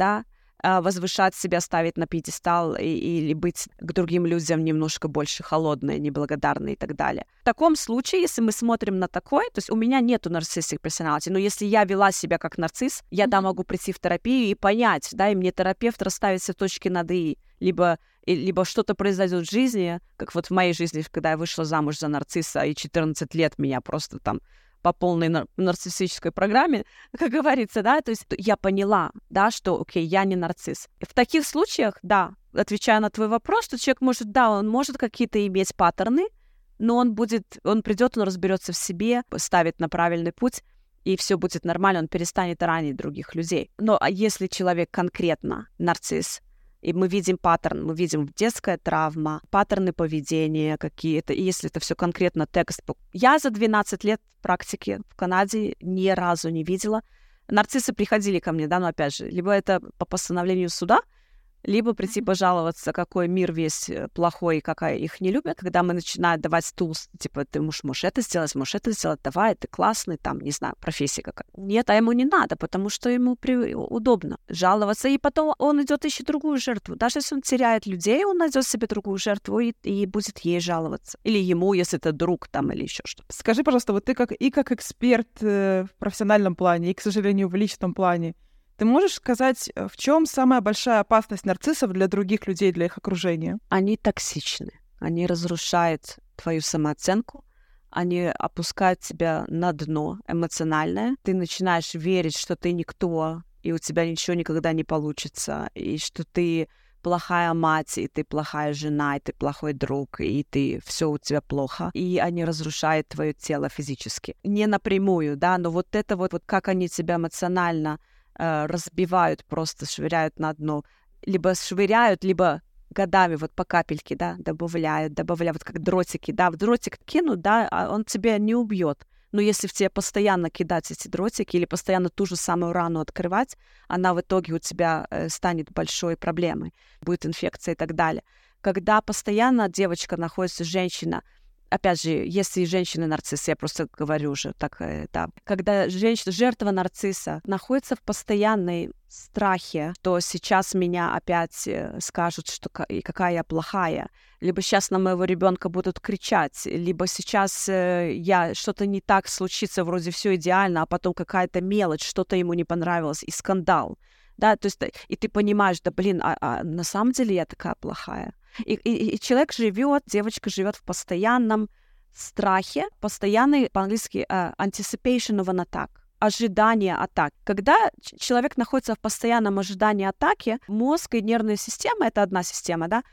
возвышать себя, ставить на пьедестал или быть к другим людям немножко больше холодной, неблагодарной и так далее. В таком случае, если мы смотрим на такое, то есть у меня нету narcissistic personality, но если я вела себя как нарцисс, я могу прийти в терапию и понять, и мне терапевт расставит все точки над «и», либо что-то произойдет в жизни, как в моей жизни, когда я вышла замуж за нарцисса, и 14 лет меня просто по полной нарциссической программе, как говорится, то есть я поняла, что, я не нарцисс. В таких случаях, отвечая на твой вопрос, что человек может какие-то иметь паттерны, но он придет, он разберется в себе, ставит на правильный путь, и все будет нормально, он перестанет ранить других людей. Но если человек конкретно нарцисс, и мы видим паттерн, мы видим детская травма, паттерны поведения какие-то, и если это все конкретно текст. Я за 12 лет практики в Канаде ни разу не видела. Нарциссы приходили ко мне, но опять же, либо это по постановлению суда, либо прийти пожаловаться, какой мир весь плохой, какая их не любят, когда мы начинаем давать tools, типа, ты можешь это сделать, давай, ты классный, там, не знаю, профессия какая. Нет, а ему не надо, потому что ему удобно жаловаться, и потом он идет ищет другую жертву. Даже если он теряет людей, он найдет себе другую жертву и будет ей жаловаться. Или ему, если это друг там, или еще что-то. Скажи, пожалуйста, вот ты как эксперт в профессиональном плане и, к сожалению, в личном плане, ты можешь сказать, в чем самая большая опасность нарциссов для других людей, для их окружения? Они токсичны. Они разрушают твою самооценку, они опускают тебя на дно эмоциональное. Ты начинаешь верить, что ты никто, и у тебя ничего никогда не получится, и что ты плохая мать, и ты плохая жена, и ты плохой друг, и ты все у тебя плохо. И они разрушают твое тело физически. Не напрямую, да, но вот это вот как они тебя эмоционально разбивают, просто швыряют на дно. Либо швыряют, либо годами вот по капельке, да, добавляют, вот как дротики, да, в дротик кинут, да, а он тебя не убьет. Но если в тебе постоянно кидать эти дротики или постоянно ту же самую рану открывать, она в итоге у тебя станет большой проблемой, будет инфекция и так далее. Когда постоянно девочка находится, женщина, опять же, если женщина нарцисс, я просто говорю уже так, да. Когда женщина, жертва нарцисса, находится в постоянной страхе, то сейчас меня опять скажут, что какая я плохая, либо сейчас на моего ребенка будут кричать, либо сейчас я что-то не так случится, вроде все идеально, а потом какая-то мелочь, что-то ему не понравилось, и скандал. Да, то есть, и ты понимаешь, да, блин, а на самом деле я такая плохая. И человек живет, девочка живет в постоянном страхе, постоянный, по-английски, anticipation of an attack, ожидание атак. Когда человек находится в постоянном ожидании атаки, мозг и нервная система, это одна система, да,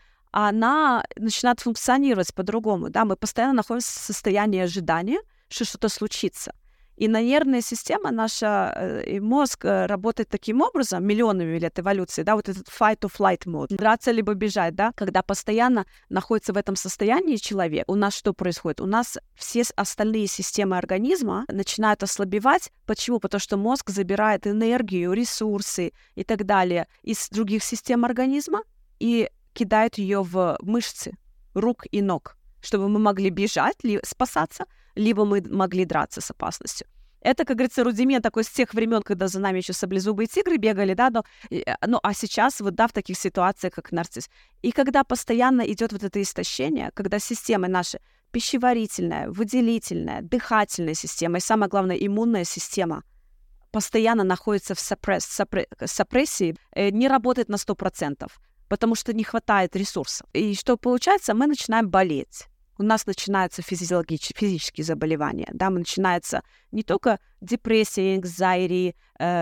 она начинает функционировать по-другому, да, мы постоянно находимся в состоянии ожидания, что что-то случится. И нервная система наша, и мозг работает таким образом, миллионами лет эволюции, да, вот этот fight-or-flight мод, драться либо бежать, да, когда постоянно находится в этом состоянии человек, у нас что происходит? У нас все остальные системы организма начинают ослабевать. Почему? Потому что мозг забирает энергию, ресурсы и так далее из других систем организма и кидает ее в мышцы рук и ног, чтобы мы могли бежать, спасаться, либо мы могли драться с опасностью. Это, как говорится, рудимент такой с тех времен, когда за нами еще саблезубые тигры бегали, да, а сейчас вот, да, в таких ситуациях, как нарцисс. И когда постоянно идет вот это истощение, когда системы наши пищеварительная, выделительная, дыхательная система и, самое главное, иммунная система постоянно находится в сапрессии, не работает на 100%, потому что не хватает ресурсов. И что получается? Мы начинаем болеть. У нас начинаются физические заболевания, да, начинается не только депрессия, anxiety,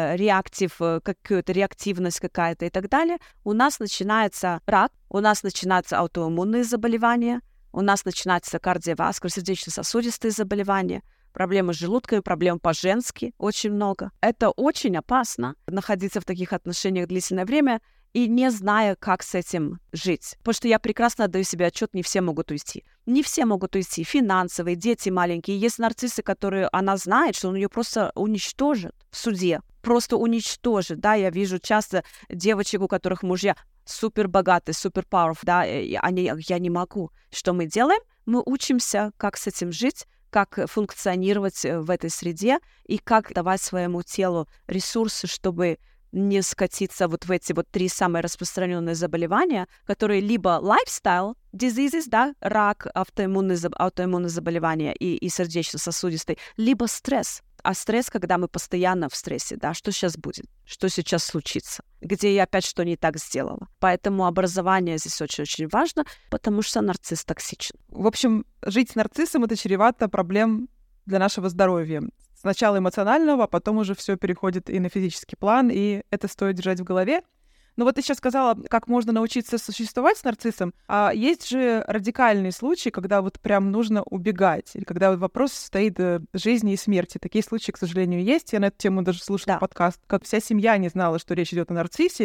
реактивность какая-то и так далее. У нас начинается рак, у нас начинаются аутоиммунные заболевания, у нас начинаются кардиоваскулярные, сердечно-сосудистые заболевания, проблемы с желудком, проблем по-женски очень много. Это очень опасно, находиться в таких отношениях длительное время и не зная, как с этим жить. Потому что я прекрасно отдаю себе отчет, не все могут уйти. Не все могут уйти. Финансовые, дети маленькие. Есть нарциссы, которые она знает, что он ее просто уничтожит в суде. Просто уничтожит. Да, я вижу часто девочек, у которых мужья супер богатые, супер powerful, да, я не могу. Что мы делаем? Мы учимся, как с этим жить, как функционировать в этой среде и как давать своему телу ресурсы, чтобы не скатиться вот в эти вот 3 самые распространенные заболевания, которые либо lifestyle diseases, да, рак, аутоиммунные заболевания и сердечно-сосудистые, либо стресс. А стресс, когда мы постоянно в стрессе, да, что сейчас будет, что сейчас случится, где я опять что не так сделала. Поэтому образование здесь очень-очень важно, потому что нарцисс токсичен. В общем, жить с нарциссом — это чревато проблем для нашего здоровья. Сначала эмоционального, а потом уже все переходит и на физический план, и это стоит держать в голове. Но вот ты сейчас сказала, как можно научиться существовать с нарциссом, а есть же радикальные случаи, когда вот прям нужно убегать, или когда вопрос стоит жизни и смерти. Такие случаи, к сожалению, есть. Я на эту тему даже слушала подкаст, как вся семья не знала, что речь идет о нарциссе,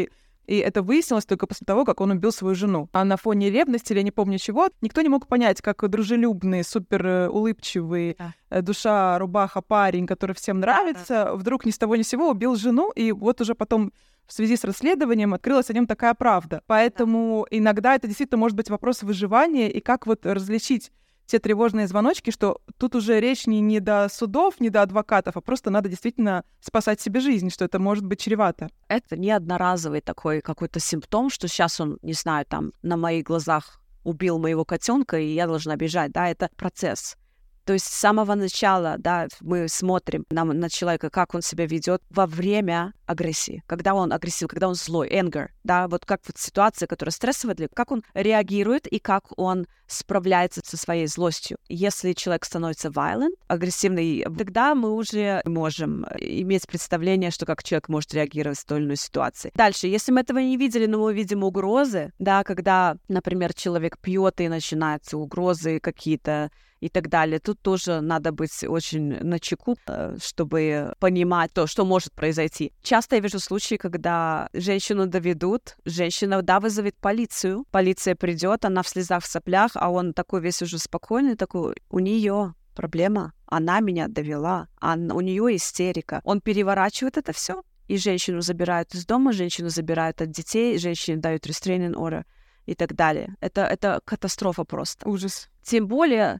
И это выяснилось только после того, как он убил свою жену. А на фоне ревности или не помню чего, никто не мог понять, как дружелюбный, супер улыбчивый, душа, рубаха парень, который всем нравится, вдруг ни с того ни с сего убил жену, и вот уже потом в связи с расследованием открылась о нем такая правда. Поэтому иногда это действительно может быть вопрос выживания, и как вот различить те тревожные звоночки, что тут уже речь не до судов, не до адвокатов, а просто надо действительно спасать себе жизнь, что это может быть чревато. Это не одноразовый такой какой-то симптом, что сейчас он, не знаю, там на моих глазах убил моего котенка, и я должна бежать. Да, это процесс. То есть с самого начала, да, мы смотрим на человека, как он себя ведет во время агрессии, когда он агрессивный, когда он злой, anger, да, вот как вот ситуация, которая стрессовая, как он реагирует и как он справляется со своей злостью. Если человек становится violent, агрессивный, тогда мы уже можем иметь представление, что как человек может реагировать в той или иной ситуации. Дальше, если мы этого не видели, но мы видим угрозы, да, когда, например, человек пьет и начинаются угрозы какие-то и так далее. Тут тоже надо быть очень начеку, чтобы понимать то, что может произойти. Часто я вижу случаи, когда женщину доведут, женщина, да, вызовет полицию, полиция придет, она в слезах, в соплях, а он такой весь уже спокойный, такой, у нее проблема, она меня довела, у нее истерика. Он переворачивает это все, и женщину забирают из дома, женщину забирают от детей, женщине дают restraining order и так далее. Это катастрофа просто. Ужас. Тем более,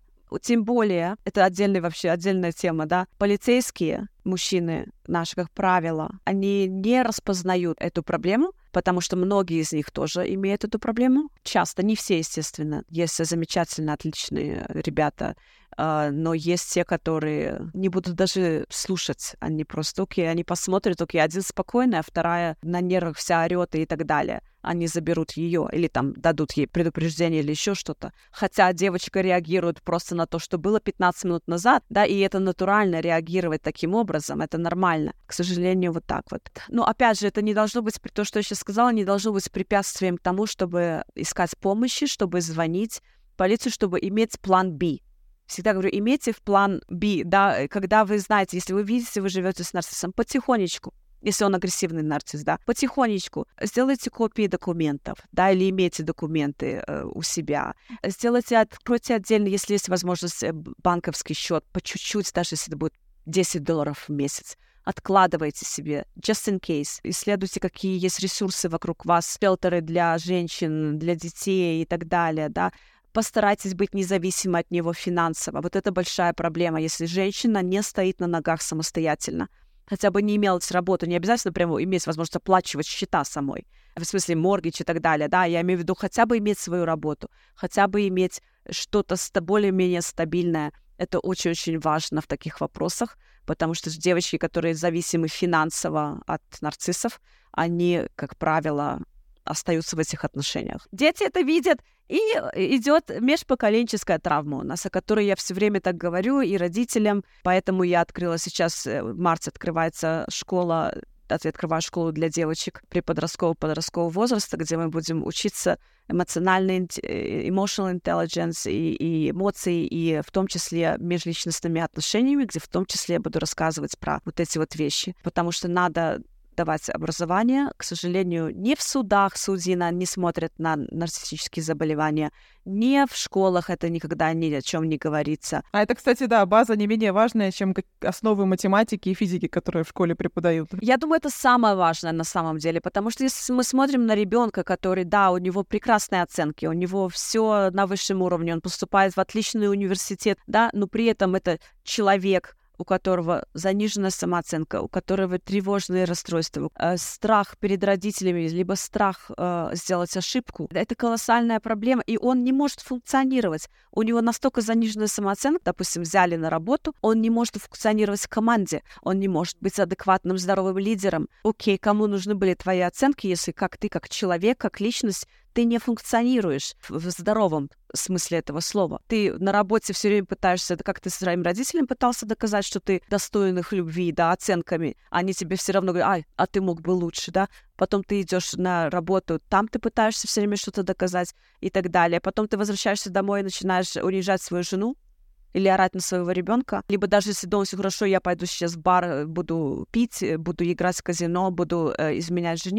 это отдельная тема, да, полицейские мужчины наши, как правило, они не распознают эту проблему, потому что многие из них тоже имеют эту проблему. Часто, не все, естественно. Есть замечательно отличные ребята, но есть те, которые не будут даже слушать. Они просто, окей, они посмотрят, окей, один спокойный, а вторая на нервах вся орёт и так далее. Они заберут ее или там дадут ей предупреждение или еще что-то. Хотя девочка реагирует просто на то, что было 15 минут назад, да, и это натурально реагировать таким образом, это нормально. К сожалению, вот так вот. Но опять же, это не должно быть, то, что я сейчас сказала, не должно быть препятствием к тому, чтобы искать помощи, чтобы звонить в полицию, чтобы иметь план B. Всегда говорю, имейте в план B, да, когда вы знаете, если вы видите, вы живете с нарциссом, потихонечку, если он агрессивный нарцисс, да, потихонечку сделайте копии документов, да, или имейте документы у себя. Откройте отдельно, если есть возможность, банковский счет, по чуть-чуть, даже если это будет $10 в месяц. Откладывайте себе, just in case. Исследуйте, какие есть ресурсы вокруг вас, шелтеры для женщин, для детей и так далее, да. Постарайтесь быть независимой от него финансово. Вот это большая проблема, если женщина не стоит на ногах самостоятельно. Хотя бы не имела работу, не обязательно прямо иметь возможность оплачивать счета самой. В смысле, моргидж и так далее, да, я имею в виду хотя бы иметь свою работу, хотя бы иметь что-то более-менее стабильное. Это очень-очень важно в таких вопросах, потому что девочки, которые зависимы финансово от нарциссов, они, как правило, остаются в этих отношениях. Дети это видят, и идет межпоколенческая травма у нас, о которой я все время так говорю и родителям. Поэтому я открыла сейчас, в марте открывается школа, я открываю школу для девочек подросткового возраста, где мы будем учиться эмоциональной emotional intelligence и эмоции, и в том числе межличностными отношениями, где в том числе я буду рассказывать про вот эти вот вещи. Потому что надо давать образование. К сожалению, не в судах судьи не смотрят на нарциссические заболевания, не в школах это никогда ни о чем не говорится. А это, кстати, да, база не менее важная, чем основы математики и физики, которые в школе преподают. Я думаю, это самое важное на самом деле, потому что если мы смотрим на ребенка, который, да, у него прекрасные оценки, у него все на высшем уровне, он поступает в отличный университет, да, но при этом это человек, у которого заниженная самооценка, у которого тревожные расстройства, страх перед родителями, либо страх сделать ошибку. Это колоссальная проблема, и он не может функционировать. У него настолько заниженная самооценка, допустим, взяли на работу, он не может функционировать в команде, он не может быть адекватным, здоровым лидером. Окей, кому нужны были твои оценки, если как ты, как человек, как личность, ты не функционируешь в здоровом смысле этого слова. Ты на работе все время пытаешься, это как ты своим родителям пытался доказать, что ты достоин их любви, да, оценками. Они тебе все равно говорят, а ты мог бы лучше, да. Потом ты идешь на работу, там ты пытаешься все время что-то доказать и так далее. Потом ты возвращаешься домой и начинаешь унижать свою жену или орать на своего ребенка. Либо даже если дома все хорошо, я пойду сейчас в бар, буду пить, буду играть в казино, буду изменять жене.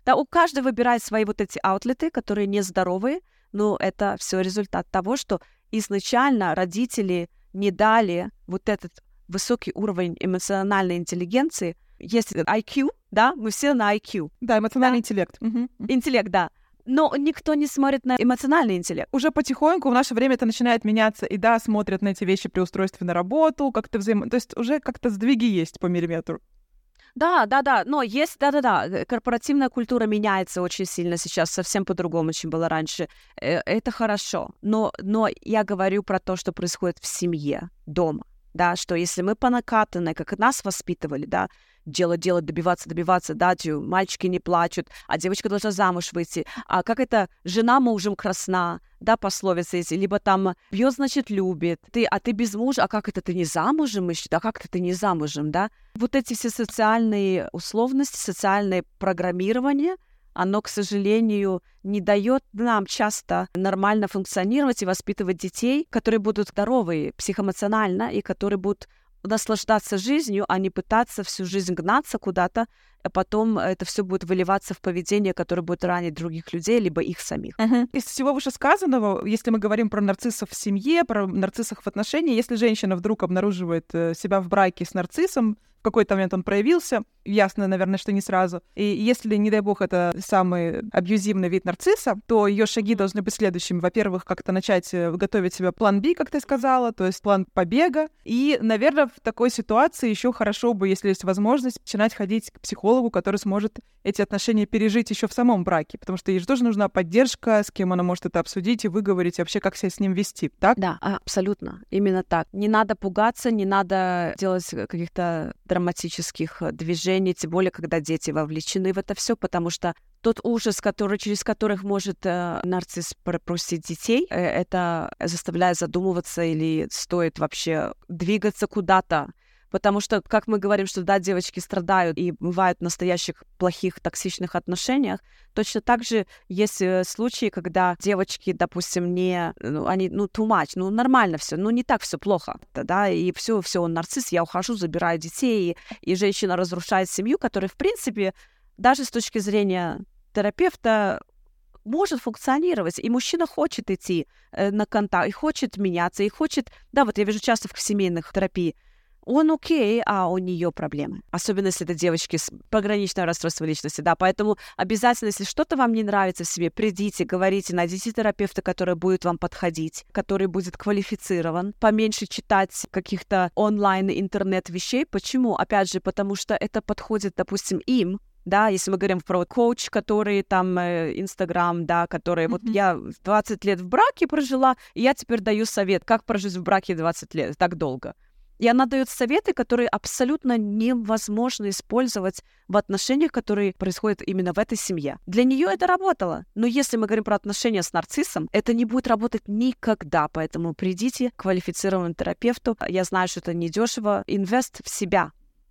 Да, у каждого выбирает свои вот эти аутлеты, которые нездоровые, но это все результат того, что изначально родители не дали вот этот высокий уровень эмоциональной интеллигенции. Есть IQ, да, мы все на IQ. Да, эмоциональный интеллект. Интеллект, да. Но никто не смотрит на эмоциональный интеллект. Уже потихоньку в наше время это начинает меняться, и да, смотрят на эти вещи при устройстве на работу, как-то то есть уже как-то сдвиги есть по миллиметру. Да, но есть, корпоративная культура меняется очень сильно сейчас, совсем по-другому, чем было раньше. Это хорошо, но я говорю про то, что происходит в семье, дома, да, что если мы по накатанной, как нас воспитывали, да, делать, добиваться, да, мальчики не плачут, а девочка должна замуж выйти, а как это жена мужем красна, да, пословицы эти, либо там бьет, значит, любит, ты без мужа, а как это ты не замужем еще, а как это ты не замужем, да? Вот эти все социальные условности, социальное программирование, оно, к сожалению, не дает нам часто нормально функционировать и воспитывать детей, которые будут здоровые психоэмоционально и которые будут наслаждаться жизнью, а не пытаться всю жизнь гнаться куда-то, а потом это все будет выливаться в поведение, которое будет ранить других людей, либо их самих. Из всего вышесказанного, если мы говорим про нарциссов в семье, про нарциссов в отношениях, если женщина вдруг обнаруживает себя в браке с нарциссом, в какой-то момент он проявился, ясно, наверное, что не сразу. И если, не дай бог, это самый абьюзивный вид нарцисса, то ее шаги должны быть следующими. Во-первых, как-то начать готовить себе план Б, как ты сказала, то есть план побега. И, наверное, в такой ситуации еще хорошо бы, если есть возможность, начинать ходить к психологу, который сможет эти отношения пережить еще в самом браке, потому что ей же тоже нужна поддержка, с кем она может это обсудить и выговорить, и вообще как себя с ним вести, так? Да, абсолютно, именно так. Не надо пугаться, не надо делать каких-то драматических движений, тем более, когда дети вовлечены в это все, потому что тот ужас, через которых может нарцисс пропустить детей, это заставляет задумываться или стоит вообще двигаться куда-то. Потому что, как мы говорим, что да, девочки страдают и бывают в настоящих плохих токсичных отношениях, точно так же есть случаи, когда девочки, допустим, они too much, нормально все, не так все плохо, да, и все, он нарцисс, я ухожу, забираю детей, и женщина разрушает семью, которая, в принципе, даже с точки зрения терапевта может функционировать, и мужчина хочет идти на контакт, и хочет меняться, и хочет, да, вот я вижу часто в семейных терапии, он окей, а у нее проблемы. Особенно, если это девочки с пограничным расстройством личности, да. Поэтому обязательно, если что-то вам не нравится в себе, придите, говорите, найдите терапевта, который будет вам подходить, который будет квалифицирован, поменьше читать каких-то онлайн-интернет-вещей. Почему? Опять же, потому что это подходит, допустим, им, да, если мы говорим про коуч, который там, Инстаграм, да, который, вот я 20 лет в браке прожила, и я теперь даю совет, как прожить в браке 20 лет, так долго. И она дает советы, которые абсолютно невозможно использовать в отношениях, которые происходят именно в этой семье. Для нее это работало. Но если мы говорим про отношения с нарциссом, это не будет работать никогда. Поэтому придите к квалифицированному терапевту. Я знаю, что это недешево. Инвест в себя.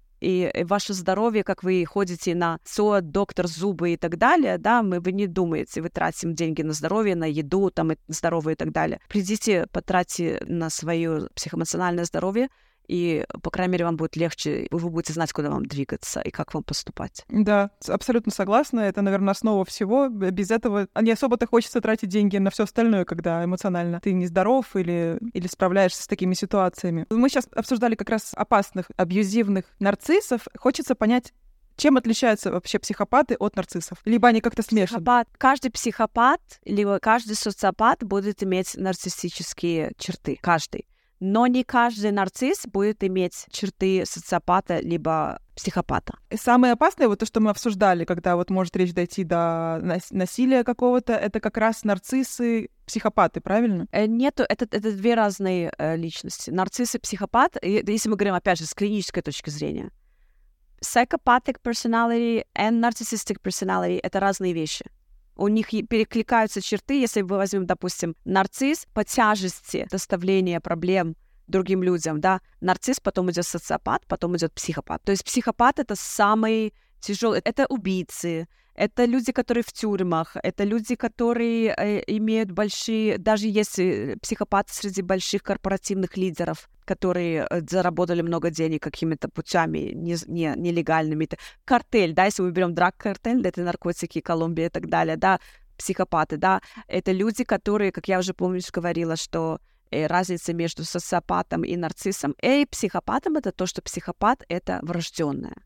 И ваше здоровье, как вы ходите на СО, доктор, зубы и так далее, да, вы не думаете, вы тратите деньги на здоровье, на еду, там, здоровье и так далее. Придите, потратьте на свое психоэмоциональное здоровье, и, по крайней мере, вам будет легче, вы будете знать, куда вам двигаться и как вам поступать. Да, абсолютно согласна. Это, наверное, основа всего. Без этого не особо-то хочется тратить деньги на все остальное, когда эмоционально ты нездоров или справляешься с такими ситуациями. Мы сейчас обсуждали как раз опасных, абьюзивных нарциссов. Хочется понять, чем отличаются вообще психопаты от нарциссов? Либо они как-то смешаны? Каждый психопат, либо каждый социопат будет иметь нарциссические черты. Каждый. Но не каждый нарцисс будет иметь черты социопата либо психопата. И самое опасное, вот то, что мы обсуждали, когда вот может речь дойти до насилия какого-то, это как раз нарциссы, психопаты, правильно? Нету, это две разные личности. Нарцисс и психопат, если мы говорим, опять же, с клинической точки зрения. Psychopathic personality и narcissistic personality — это разные вещи. У них перекликаются черты, если мы возьмем, допустим, нарцисс по тяжести доставления проблем другим людям, да, нарцисс, потом идет социопат, потом идет психопат. То есть психопат — это самый тяжелый, это убийцы, Это люди, которые в тюрьмах, это люди, которые имеют большие... Даже есть психопаты среди больших корпоративных лидеров, которые заработали много денег какими-то путями нелегальными. Это картель, да, если мы берем драг-картель, да, это наркотики, Колумбия и так далее, да, психопаты, да, это люди, которые, как я уже, помнишь, говорила, что разница между социопатом и нарциссом и психопатом — это то, что психопат — это врожденное.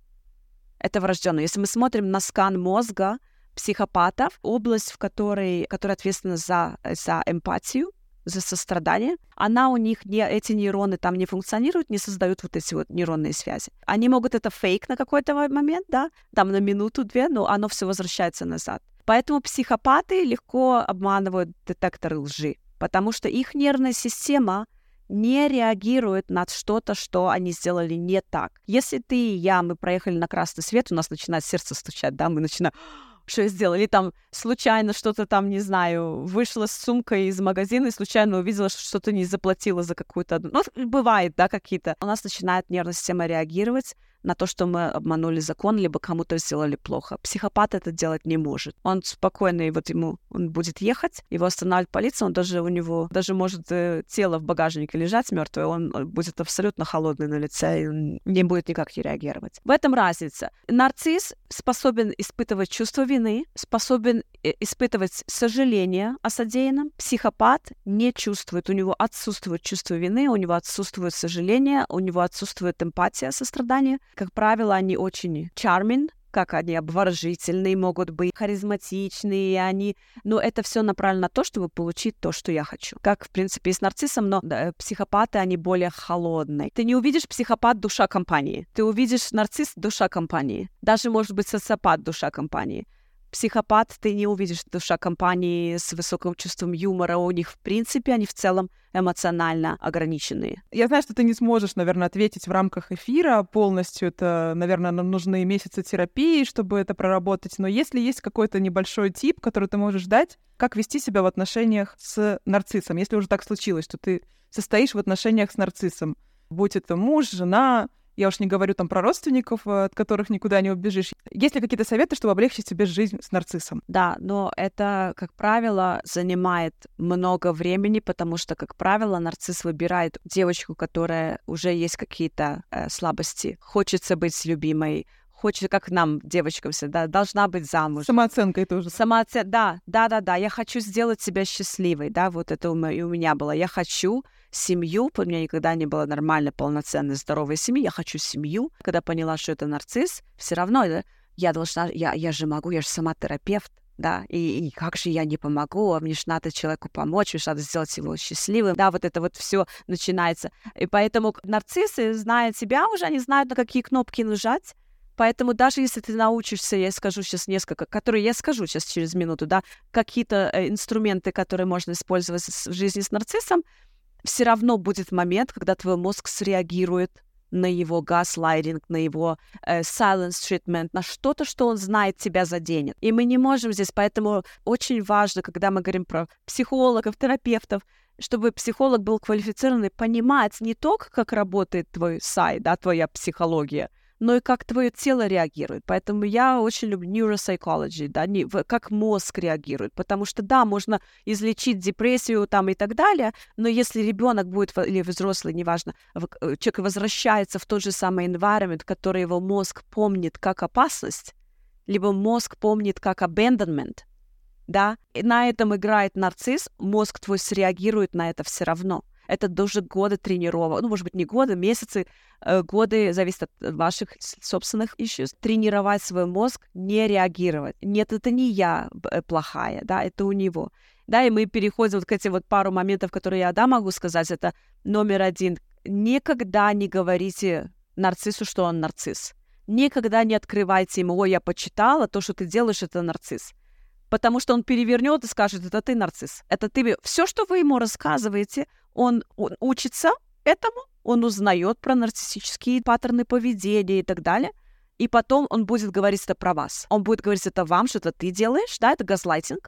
Это врожденное. Если мы смотрим на скан мозга психопатов, область, которая ответственна за эмпатию, за сострадание, она у них эти нейроны там не функционируют, не создают вот эти вот нейронные связи. Они могут это фейк на какой-то момент, да, там на минуту-две, но оно все возвращается назад. Поэтому психопаты легко обманывают детекторы лжи, потому что их нервная система не реагирует на что-то, что они сделали не так. Если ты и я, мы проехали на красный свет, у нас начинает сердце стучать, да, мы начинаем, что я сделала, или там случайно что-то там, не знаю, вышла с сумкой из магазина и случайно увидела, что что-то не заплатила за какую-то... Ну, бывает, да, какие-то. У нас начинает нервная система реагировать на то, что мы обманули закон, либо кому-то сделали плохо. Психопат это делать не может. Он спокойно, и вот он будет ехать, его останавливает полиция, у него даже может тело в багажнике лежать мертвое, он будет абсолютно холодный на лице, и он не будет никак не реагировать. В этом разница. Нарцисс способен испытывать чувство вины, способен испытывать сожаление о содеянном. Психопат не чувствует, у него отсутствует чувство вины, у него отсутствует сожаление, у него отсутствует эмпатия, сострадание. Как правило, они очень charming, как они обворожительные могут быть, харизматичные, но это все направлено на то, чтобы получить то, что я хочу. Как, в принципе, и с нарциссом, но да, психопаты, они более холодные. Ты не увидишь психопат — душа компании. Ты увидишь нарцисс — душа компании. Даже, может быть, социопат — душа компании. Психопат ты не увидишь, душа компании с высоким чувством юмора. У них, в принципе, они в целом эмоционально ограниченные. Я знаю, что ты не сможешь, наверное, ответить в рамках эфира полностью. Это, наверное, нам нужны месяцы терапии, чтобы это проработать. Но если есть какой-то небольшой тип, который ты можешь дать, как вести себя в отношениях с нарциссом, если уже так случилось, что ты состоишь в отношениях с нарциссом, будь это муж, жена... Я уж не говорю там про родственников, от которых никуда не убежишь. Есть ли какие-то советы, чтобы облегчить себе жизнь с нарциссом? Да, но это, как правило, занимает много времени, потому что, как правило, нарцисс выбирает девочку, которая уже есть какие-то слабости. Хочется быть любимой, хочется, как нам, девочкам всегда, должна быть замуж. Самооценкой тоже. Да. Я хочу сделать себя счастливой, да, вот это и у меня было. Я хочу семью, у меня никогда не было нормальной, полноценной, здоровой семьи, я хочу семью. Когда поняла, что это нарцисс, все равно я должна, я же могу, я же сама терапевт, да, и как же я не помогу, а мне же надо человеку помочь, мне же надо сделать его счастливым, да, вот это вот все начинается. И поэтому нарциссы, зная тебя уже, они знают, на какие кнопки нажать. Поэтому даже если ты научишься, я скажу сейчас несколько, которые я скажу сейчас через минуту, да, какие-то инструменты, которые можно использовать в жизни с нарциссом, все равно будет момент, когда твой мозг среагирует на его газлайтинг, на его silence treatment, на что-то, что он знает, тебя заденет. И мы не можем здесь, поэтому очень важно, когда мы говорим про психологов, терапевтов, чтобы психолог был квалифицированный, понимать не только, как работает твой сайт, да, твоя психология, но и как твое тело реагирует. Поэтому я очень люблю neuropsychology, да, как мозг реагирует. Потому что, да, можно излечить депрессию там и так далее, но если ребенок будет, или взрослый, неважно, человек возвращается в тот же самый environment, который его мозг помнит как опасность, либо мозг помнит как abandonment, да, и на этом играет нарцисс, мозг твой среагирует на это все равно. Это даже годы тренировок, может быть, не годы, месяцы, годы, зависит от ваших собственных issues. Тренировать свой мозг, не реагировать. Нет, это не я плохая, да, это у него. Да, и мы переходим вот к этим вот пару моментов, которые я, да, могу сказать. Это номер один. Никогда не говорите нарциссу, что он нарцисс. Никогда не открывайте ему: ой, я почитала, то, что ты делаешь, это нарцисс. Потому что он перевернет и скажет: это ты нарцисс. Это ты. Все, что вы ему рассказываете, он учится этому, он узнает про нарциссические паттерны поведения и так далее, и потом он будет говорить это про вас. Он будет говорить это вам, что это ты делаешь, да, это газлайтинг,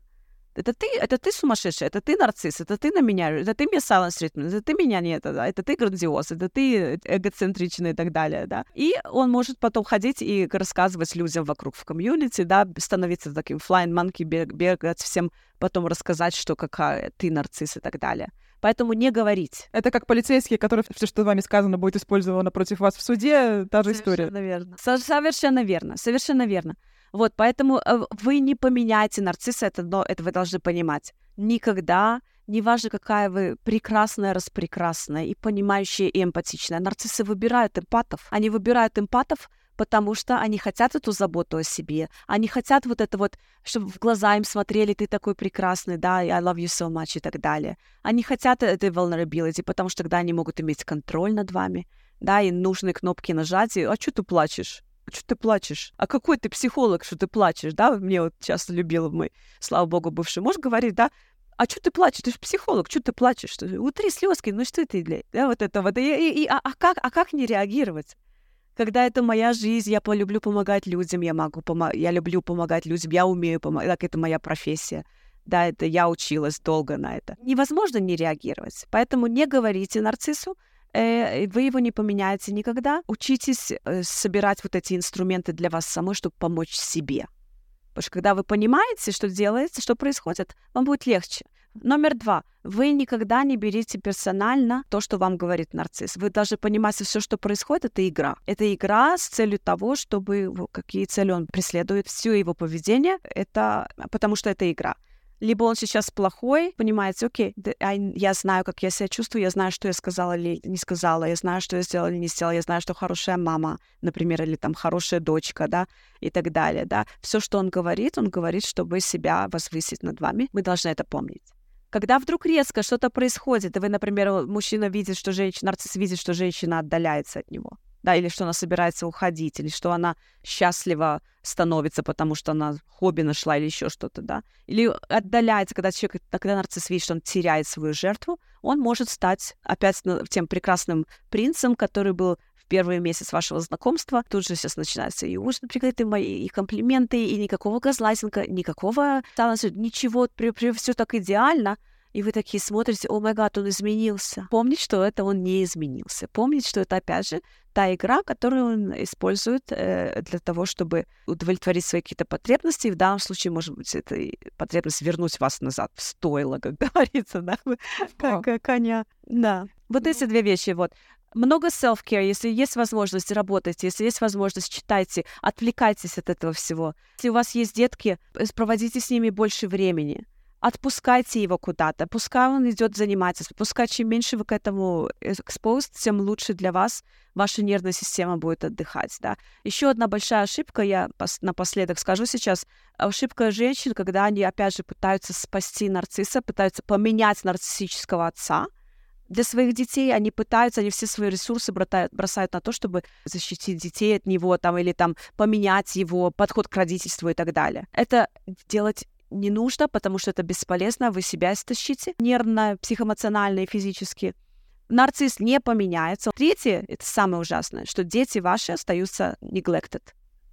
Это ты сумасшедший, это ты нарцисс, это ты на меня, это ты мне silence treatment, это ты меня не это, да, это ты грандиоз, это ты эгоцентричный и так далее, да. И он может потом ходить и рассказывать людям вокруг в комьюнити, да, становиться таким flying monkey, бегать всем, потом рассказать, что какая ты нарцисс и так далее. Поэтому не говорить. Это как полицейские, которые все, что вами сказано, будет использовано против вас в суде, та же история. Совершенно верно. Вот, поэтому вы не поменяете нарцисса, но это вы должны понимать. Никогда, неважно, какая вы прекрасная, распрекрасная и понимающая, и эмпатичная, нарциссы выбирают эмпатов. Они выбирают эмпатов, потому что они хотят эту заботу о себе. Они хотят вот это вот, чтобы в глаза им смотрели, ты такой прекрасный, да, I love you so much и так далее. Они хотят этой vulnerability, потому что тогда они могут иметь контроль над вами, да, и нужные кнопки нажать, и, а что ты плачешь? Что ты плачешь? А какой ты психолог, что ты плачешь, да? Мне вот часто любила мой, слава богу, бывший муж говорит, да, а что ты плачешь? Ты же психолог, что ты плачешь? Утри слезки, ну что ты, да, вот это вот. Как не реагировать? Когда это моя жизнь, я люблю помогать людям, я люблю помогать людям, я умею помогать, так это моя профессия. Да, это я училась долго на это. Невозможно не реагировать. Поэтому не говорите нарциссу, вы его не поменяете никогда. Учитесь собирать вот эти инструменты для вас самой, чтобы помочь себе. Потому что когда вы понимаете, что делается, что происходит, вам будет легче. Номер 2. Вы никогда не берите персонально то, что вам говорит нарцисс. Вы должны понимать, что все, что происходит, это игра. Это игра с целью того, чтобы какие цели он преследует. Все его поведение, это потому что это игра. Либо он сейчас плохой, понимаете, окей, я знаю, как я себя чувствую, я знаю, что я сказала или не сказала, я знаю, что я сделала или не сделала, я знаю, что хорошая мама, например, или там хорошая дочка, да, и так далее, да. Все, что он говорит, чтобы себя возвысить над вами. Мы должны это помнить. Когда вдруг резко что-то происходит, и вы, например, мужчина видит, что нарцисс видит, что женщина отдаляется от него, да, или что она собирается уходить, или что она счастлива становится, потому что она хобби нашла или еще что-то, да, или отдаляется, когда нарцисс видит, что он теряет свою жертву, он может стать опять тем прекрасным принцем, который был в первый месяц вашего знакомства. Тут же сейчас начинается и ужин, и комплименты, и никакого газлайтинга, никакого ничего, все так идеально. И вы такие смотрите, о май гад, он изменился. Помнить, что это он не изменился. Помнить, что это, опять же, та игра, которую он использует для того, чтобы удовлетворить свои какие-то потребности. И в данном случае, может быть, это потребность вернуть вас назад в стойло, как говорится, да, как коня. Да. Вот эти две вещи, вот. Много self-care, если есть возможность, работайте, если есть возможность, читайте, отвлекайтесь от этого всего. Если у вас есть детки, проводите с ними больше времени. Отпускайте его куда-то, пускай он идет заниматься, пускай чем меньше вы к этому exposed, тем лучше для вас ваша нервная система будет отдыхать, да. Еще одна большая ошибка, я напоследок скажу сейчас, ошибка женщин, когда они, опять же, пытаются спасти нарцисса, пытаются поменять нарциссического отца для своих детей, они все свои ресурсы бросают на то, чтобы защитить детей от него, там, или там поменять его подход к родительству и так далее. Это делать не нужно, потому что это бесполезно, вы себя истощите нервно, психоэмоционально и физически. Нарцисс не поменяется. Третье, это самое ужасное, что дети ваши остаются neglected,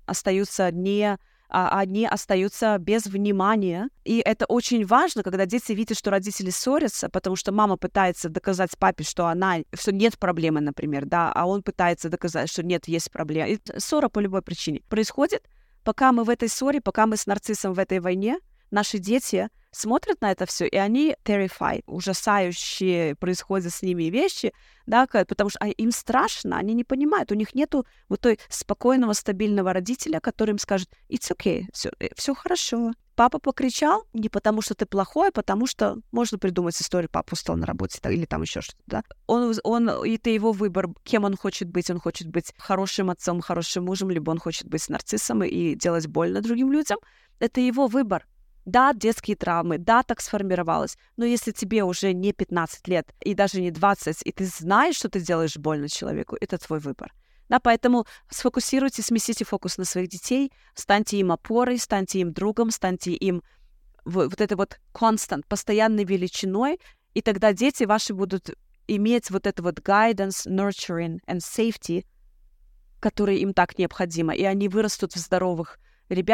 они остаются без внимания. И это очень важно, когда дети видят, что родители ссорятся, потому что мама пытается доказать папе, что нет проблемы, например, да, а он пытается доказать, что нет, есть проблема. И ссора по любой причине происходит. Пока мы в этой ссоре, пока мы с нарциссом в этой войне, наши дети смотрят на это все, и они terrified, ужасающие происходят с ними вещи, да, потому что им страшно, они не понимают, у них нету вот той спокойного, стабильного родителя, который им скажет, it's okay, все хорошо. Папа покричал не потому, что ты плохой, а потому что можно придумать историю, папа устал на работе или там еще что-то, да. Это его выбор, кем он хочет быть хорошим отцом, хорошим мужем, либо он хочет быть нарциссом и делать больно другим людям. Это его выбор. Да, детские травмы, да, так сформировалось, но если тебе уже не 15 лет и даже не 20, и ты знаешь, что ты делаешь больно человеку, это твой выбор. Да, поэтому сместите фокус на своих детей, станьте им опорой, станьте им другом, станьте им вот это вот constant, постоянной величиной, и тогда дети ваши будут иметь вот это вот guidance, nurturing and safety, которые им так необходимо, и они вырастут в здоровых ребят,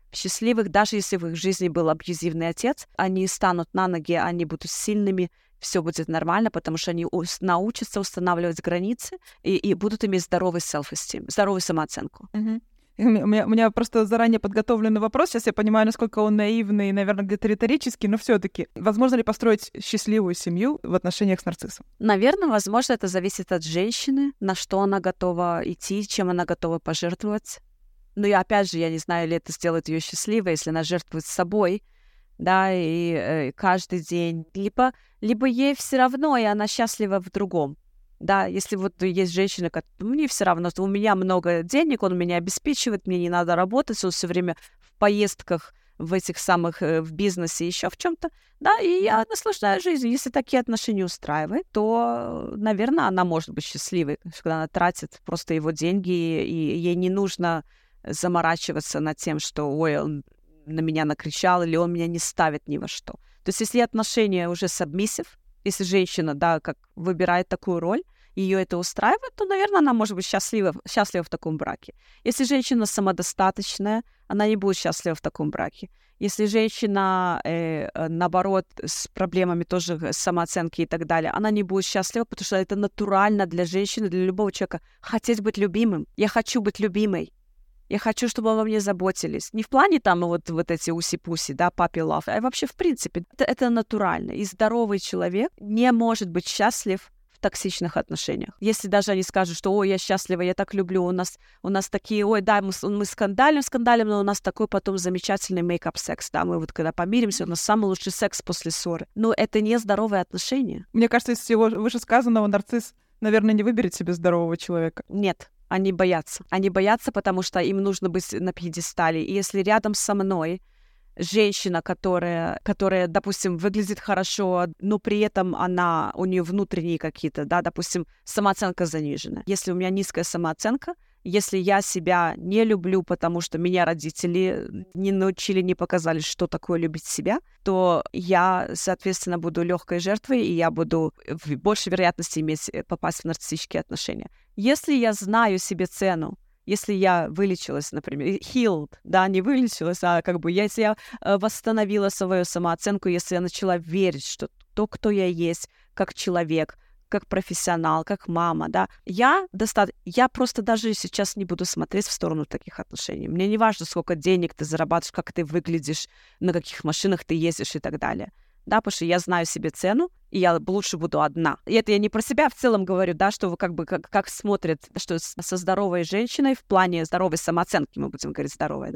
счастливых, даже если в их жизни был абьюзивный отец, они станут на ноги, они будут сильными, все будет нормально, потому что они научатся устанавливать границы и будут иметь здоровый self-esteem, здоровую самооценку. У меня просто заранее подготовленный вопрос. Сейчас я понимаю, насколько он наивный и, наверное, где-то риторический, но все-таки возможно ли построить счастливую семью в отношениях с нарциссом? Наверное, возможно, это зависит от женщины, на что она готова идти, чем она готова пожертвовать. Но и опять же, я не знаю, ли это сделает ее счастливой, если она жертвует собой, да, и каждый день. Либо ей все равно, и она счастлива в другом. Да, если вот есть женщина, мне все равно, у меня много денег, он меня обеспечивает, мне не надо работать, он все время в поездках, в этих самых, в бизнесе, еще в чем-то, да, и я наслаждаюсь жизнью. Если такие отношения устраивают, то, наверное, она может быть счастливой, когда она тратит просто его деньги, и ей не нужно заморачиваться над тем, что, ой, он на меня накричал, или он меня не ставит ни во что. То есть если отношения уже submissive, если женщина, да, как выбирает такую роль, ее это устраивает, то, наверное, она может быть счастлива в таком браке. Если женщина самодостаточная, она не будет счастлива в таком браке. Если женщина, наоборот, с проблемами тоже самооценки и так далее, она не будет счастлива, потому что это натурально для женщины, для любого человека хотеть быть любимым. Я хочу быть любимой. Я хочу, чтобы обо мне заботились. Не в плане там вот эти уси-пуси, да, папи лав, а вообще в принципе. Это натурально. И здоровый человек не может быть счастлив в токсичных отношениях. Если даже они скажут, что «Ой, я счастлива, я так люблю, у нас такие, ой, да, мы скандалим, но у нас такой потом замечательный мейкап-секс, да, мы вот когда помиримся, у нас самый лучший секс после ссоры». Но это не здоровые отношения. Мне кажется, из всего вышесказанного нарцисс, наверное, не выберет себе здорового человека. Нет. Они боятся. Они боятся, потому что им нужно быть на пьедестале. И если рядом со мной женщина, которая, допустим, выглядит хорошо, но при этом у нее внутренние какие-то, да, допустим, самооценка занижена. Если у меня низкая самооценка, если я себя не люблю, потому что меня родители не научили, не показали, что такое любить себя, то я, соответственно, буду легкой жертвой, и я буду в большей вероятности попасть в нарциссические отношения. Если я знаю себе цену, если я вылечилась, например, healed, да, не вылечилась, а как бы если я восстановила свою самооценку, если я начала верить, что то, кто я есть, как человек, как профессионал, как мама, да, я просто даже сейчас не буду смотреть в сторону таких отношений. Мне не важно, сколько денег ты зарабатываешь, как ты выглядишь, на каких машинах ты ездишь и так далее. Да, потому что я знаю себе цену, и я лучше буду одна. И это я не про себя в целом говорю, да, что вы как смотрят, что со здоровой женщиной в плане здоровой самооценки, мы будем говорить здоровой,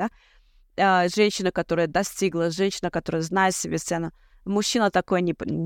да, женщина, которая достигла, женщина, которая знает себе цену, мужчина такой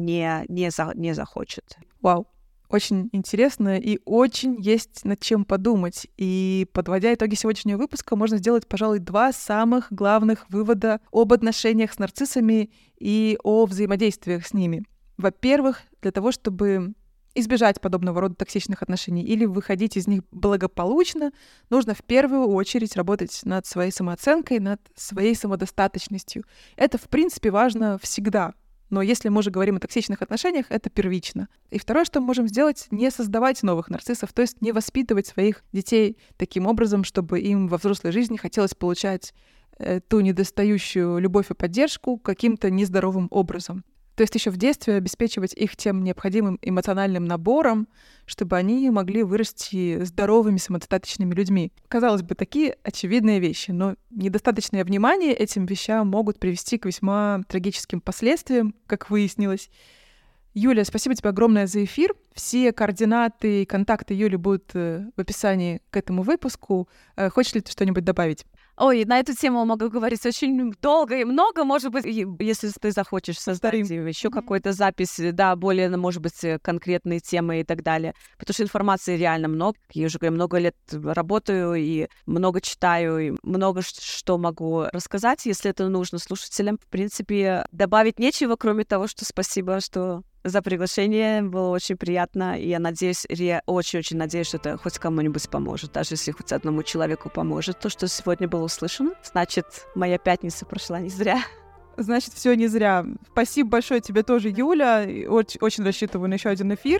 не захочет. Вау. Очень интересно и очень есть над чем подумать. И, подводя итоги сегодняшнего выпуска, можно сделать, пожалуй, 2 самых главных вывода об отношениях с нарциссами и о взаимодействиях с ними. Во-первых, для того, чтобы избежать подобного рода токсичных отношений или выходить из них благополучно, нужно в первую очередь работать над своей самооценкой, над своей самодостаточностью. Это, в принципе, важно всегда. Но если мы уже говорим о токсичных отношениях, это первично. И второе, что мы можем сделать, не создавать новых нарциссов, то есть не воспитывать своих детей таким образом, чтобы им во взрослой жизни хотелось получать ту недостающую любовь и поддержку каким-то нездоровым образом. То есть еще в детстве обеспечивать их тем необходимым эмоциональным набором, чтобы они могли вырасти здоровыми, самодостаточными людьми. Казалось бы, такие очевидные вещи, но недостаточное внимание этим вещам могут привести к весьма трагическим последствиям, как выяснилось. Юля, спасибо тебе огромное за эфир. Все координаты и контакты Юли будут в описании к этому выпуску. Хочешь ли ты что-нибудь добавить? Ой, на эту тему могу говорить очень долго и много, может быть, если ты захочешь создать еще какую-то запись, да, более, может быть, конкретные темы и так далее. Потому что информации реально много. Я уже много лет работаю и много читаю, и много что могу рассказать, если это нужно слушателям. В принципе, добавить нечего, кроме того, что спасибо, что за приглашение. Было очень приятно. И я надеюсь, очень-очень надеюсь, что это хоть кому-нибудь поможет. Даже если хоть одному человеку поможет. То, что сегодня было услышано, значит, моя пятница прошла не зря. Значит, все не зря. Спасибо большое тебе тоже, Юля. Очень рассчитываю на еще один эфир.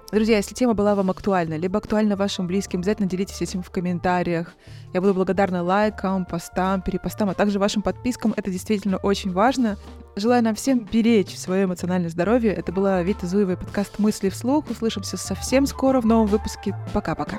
Друзья, если тема была вам актуальна, либо актуальна вашим близким, обязательно делитесь этим в комментариях. Я буду благодарна лайкам, постам, перепостам, а также вашим подпискам. Это действительно очень важно. Желаю нам всем беречь свое эмоциональное здоровье. Это была Вита Зуева и подкаст «Мысли вслух». Услышимся совсем скоро в новом выпуске. Пока-пока.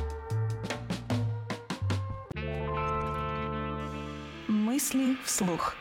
Мысли вслух.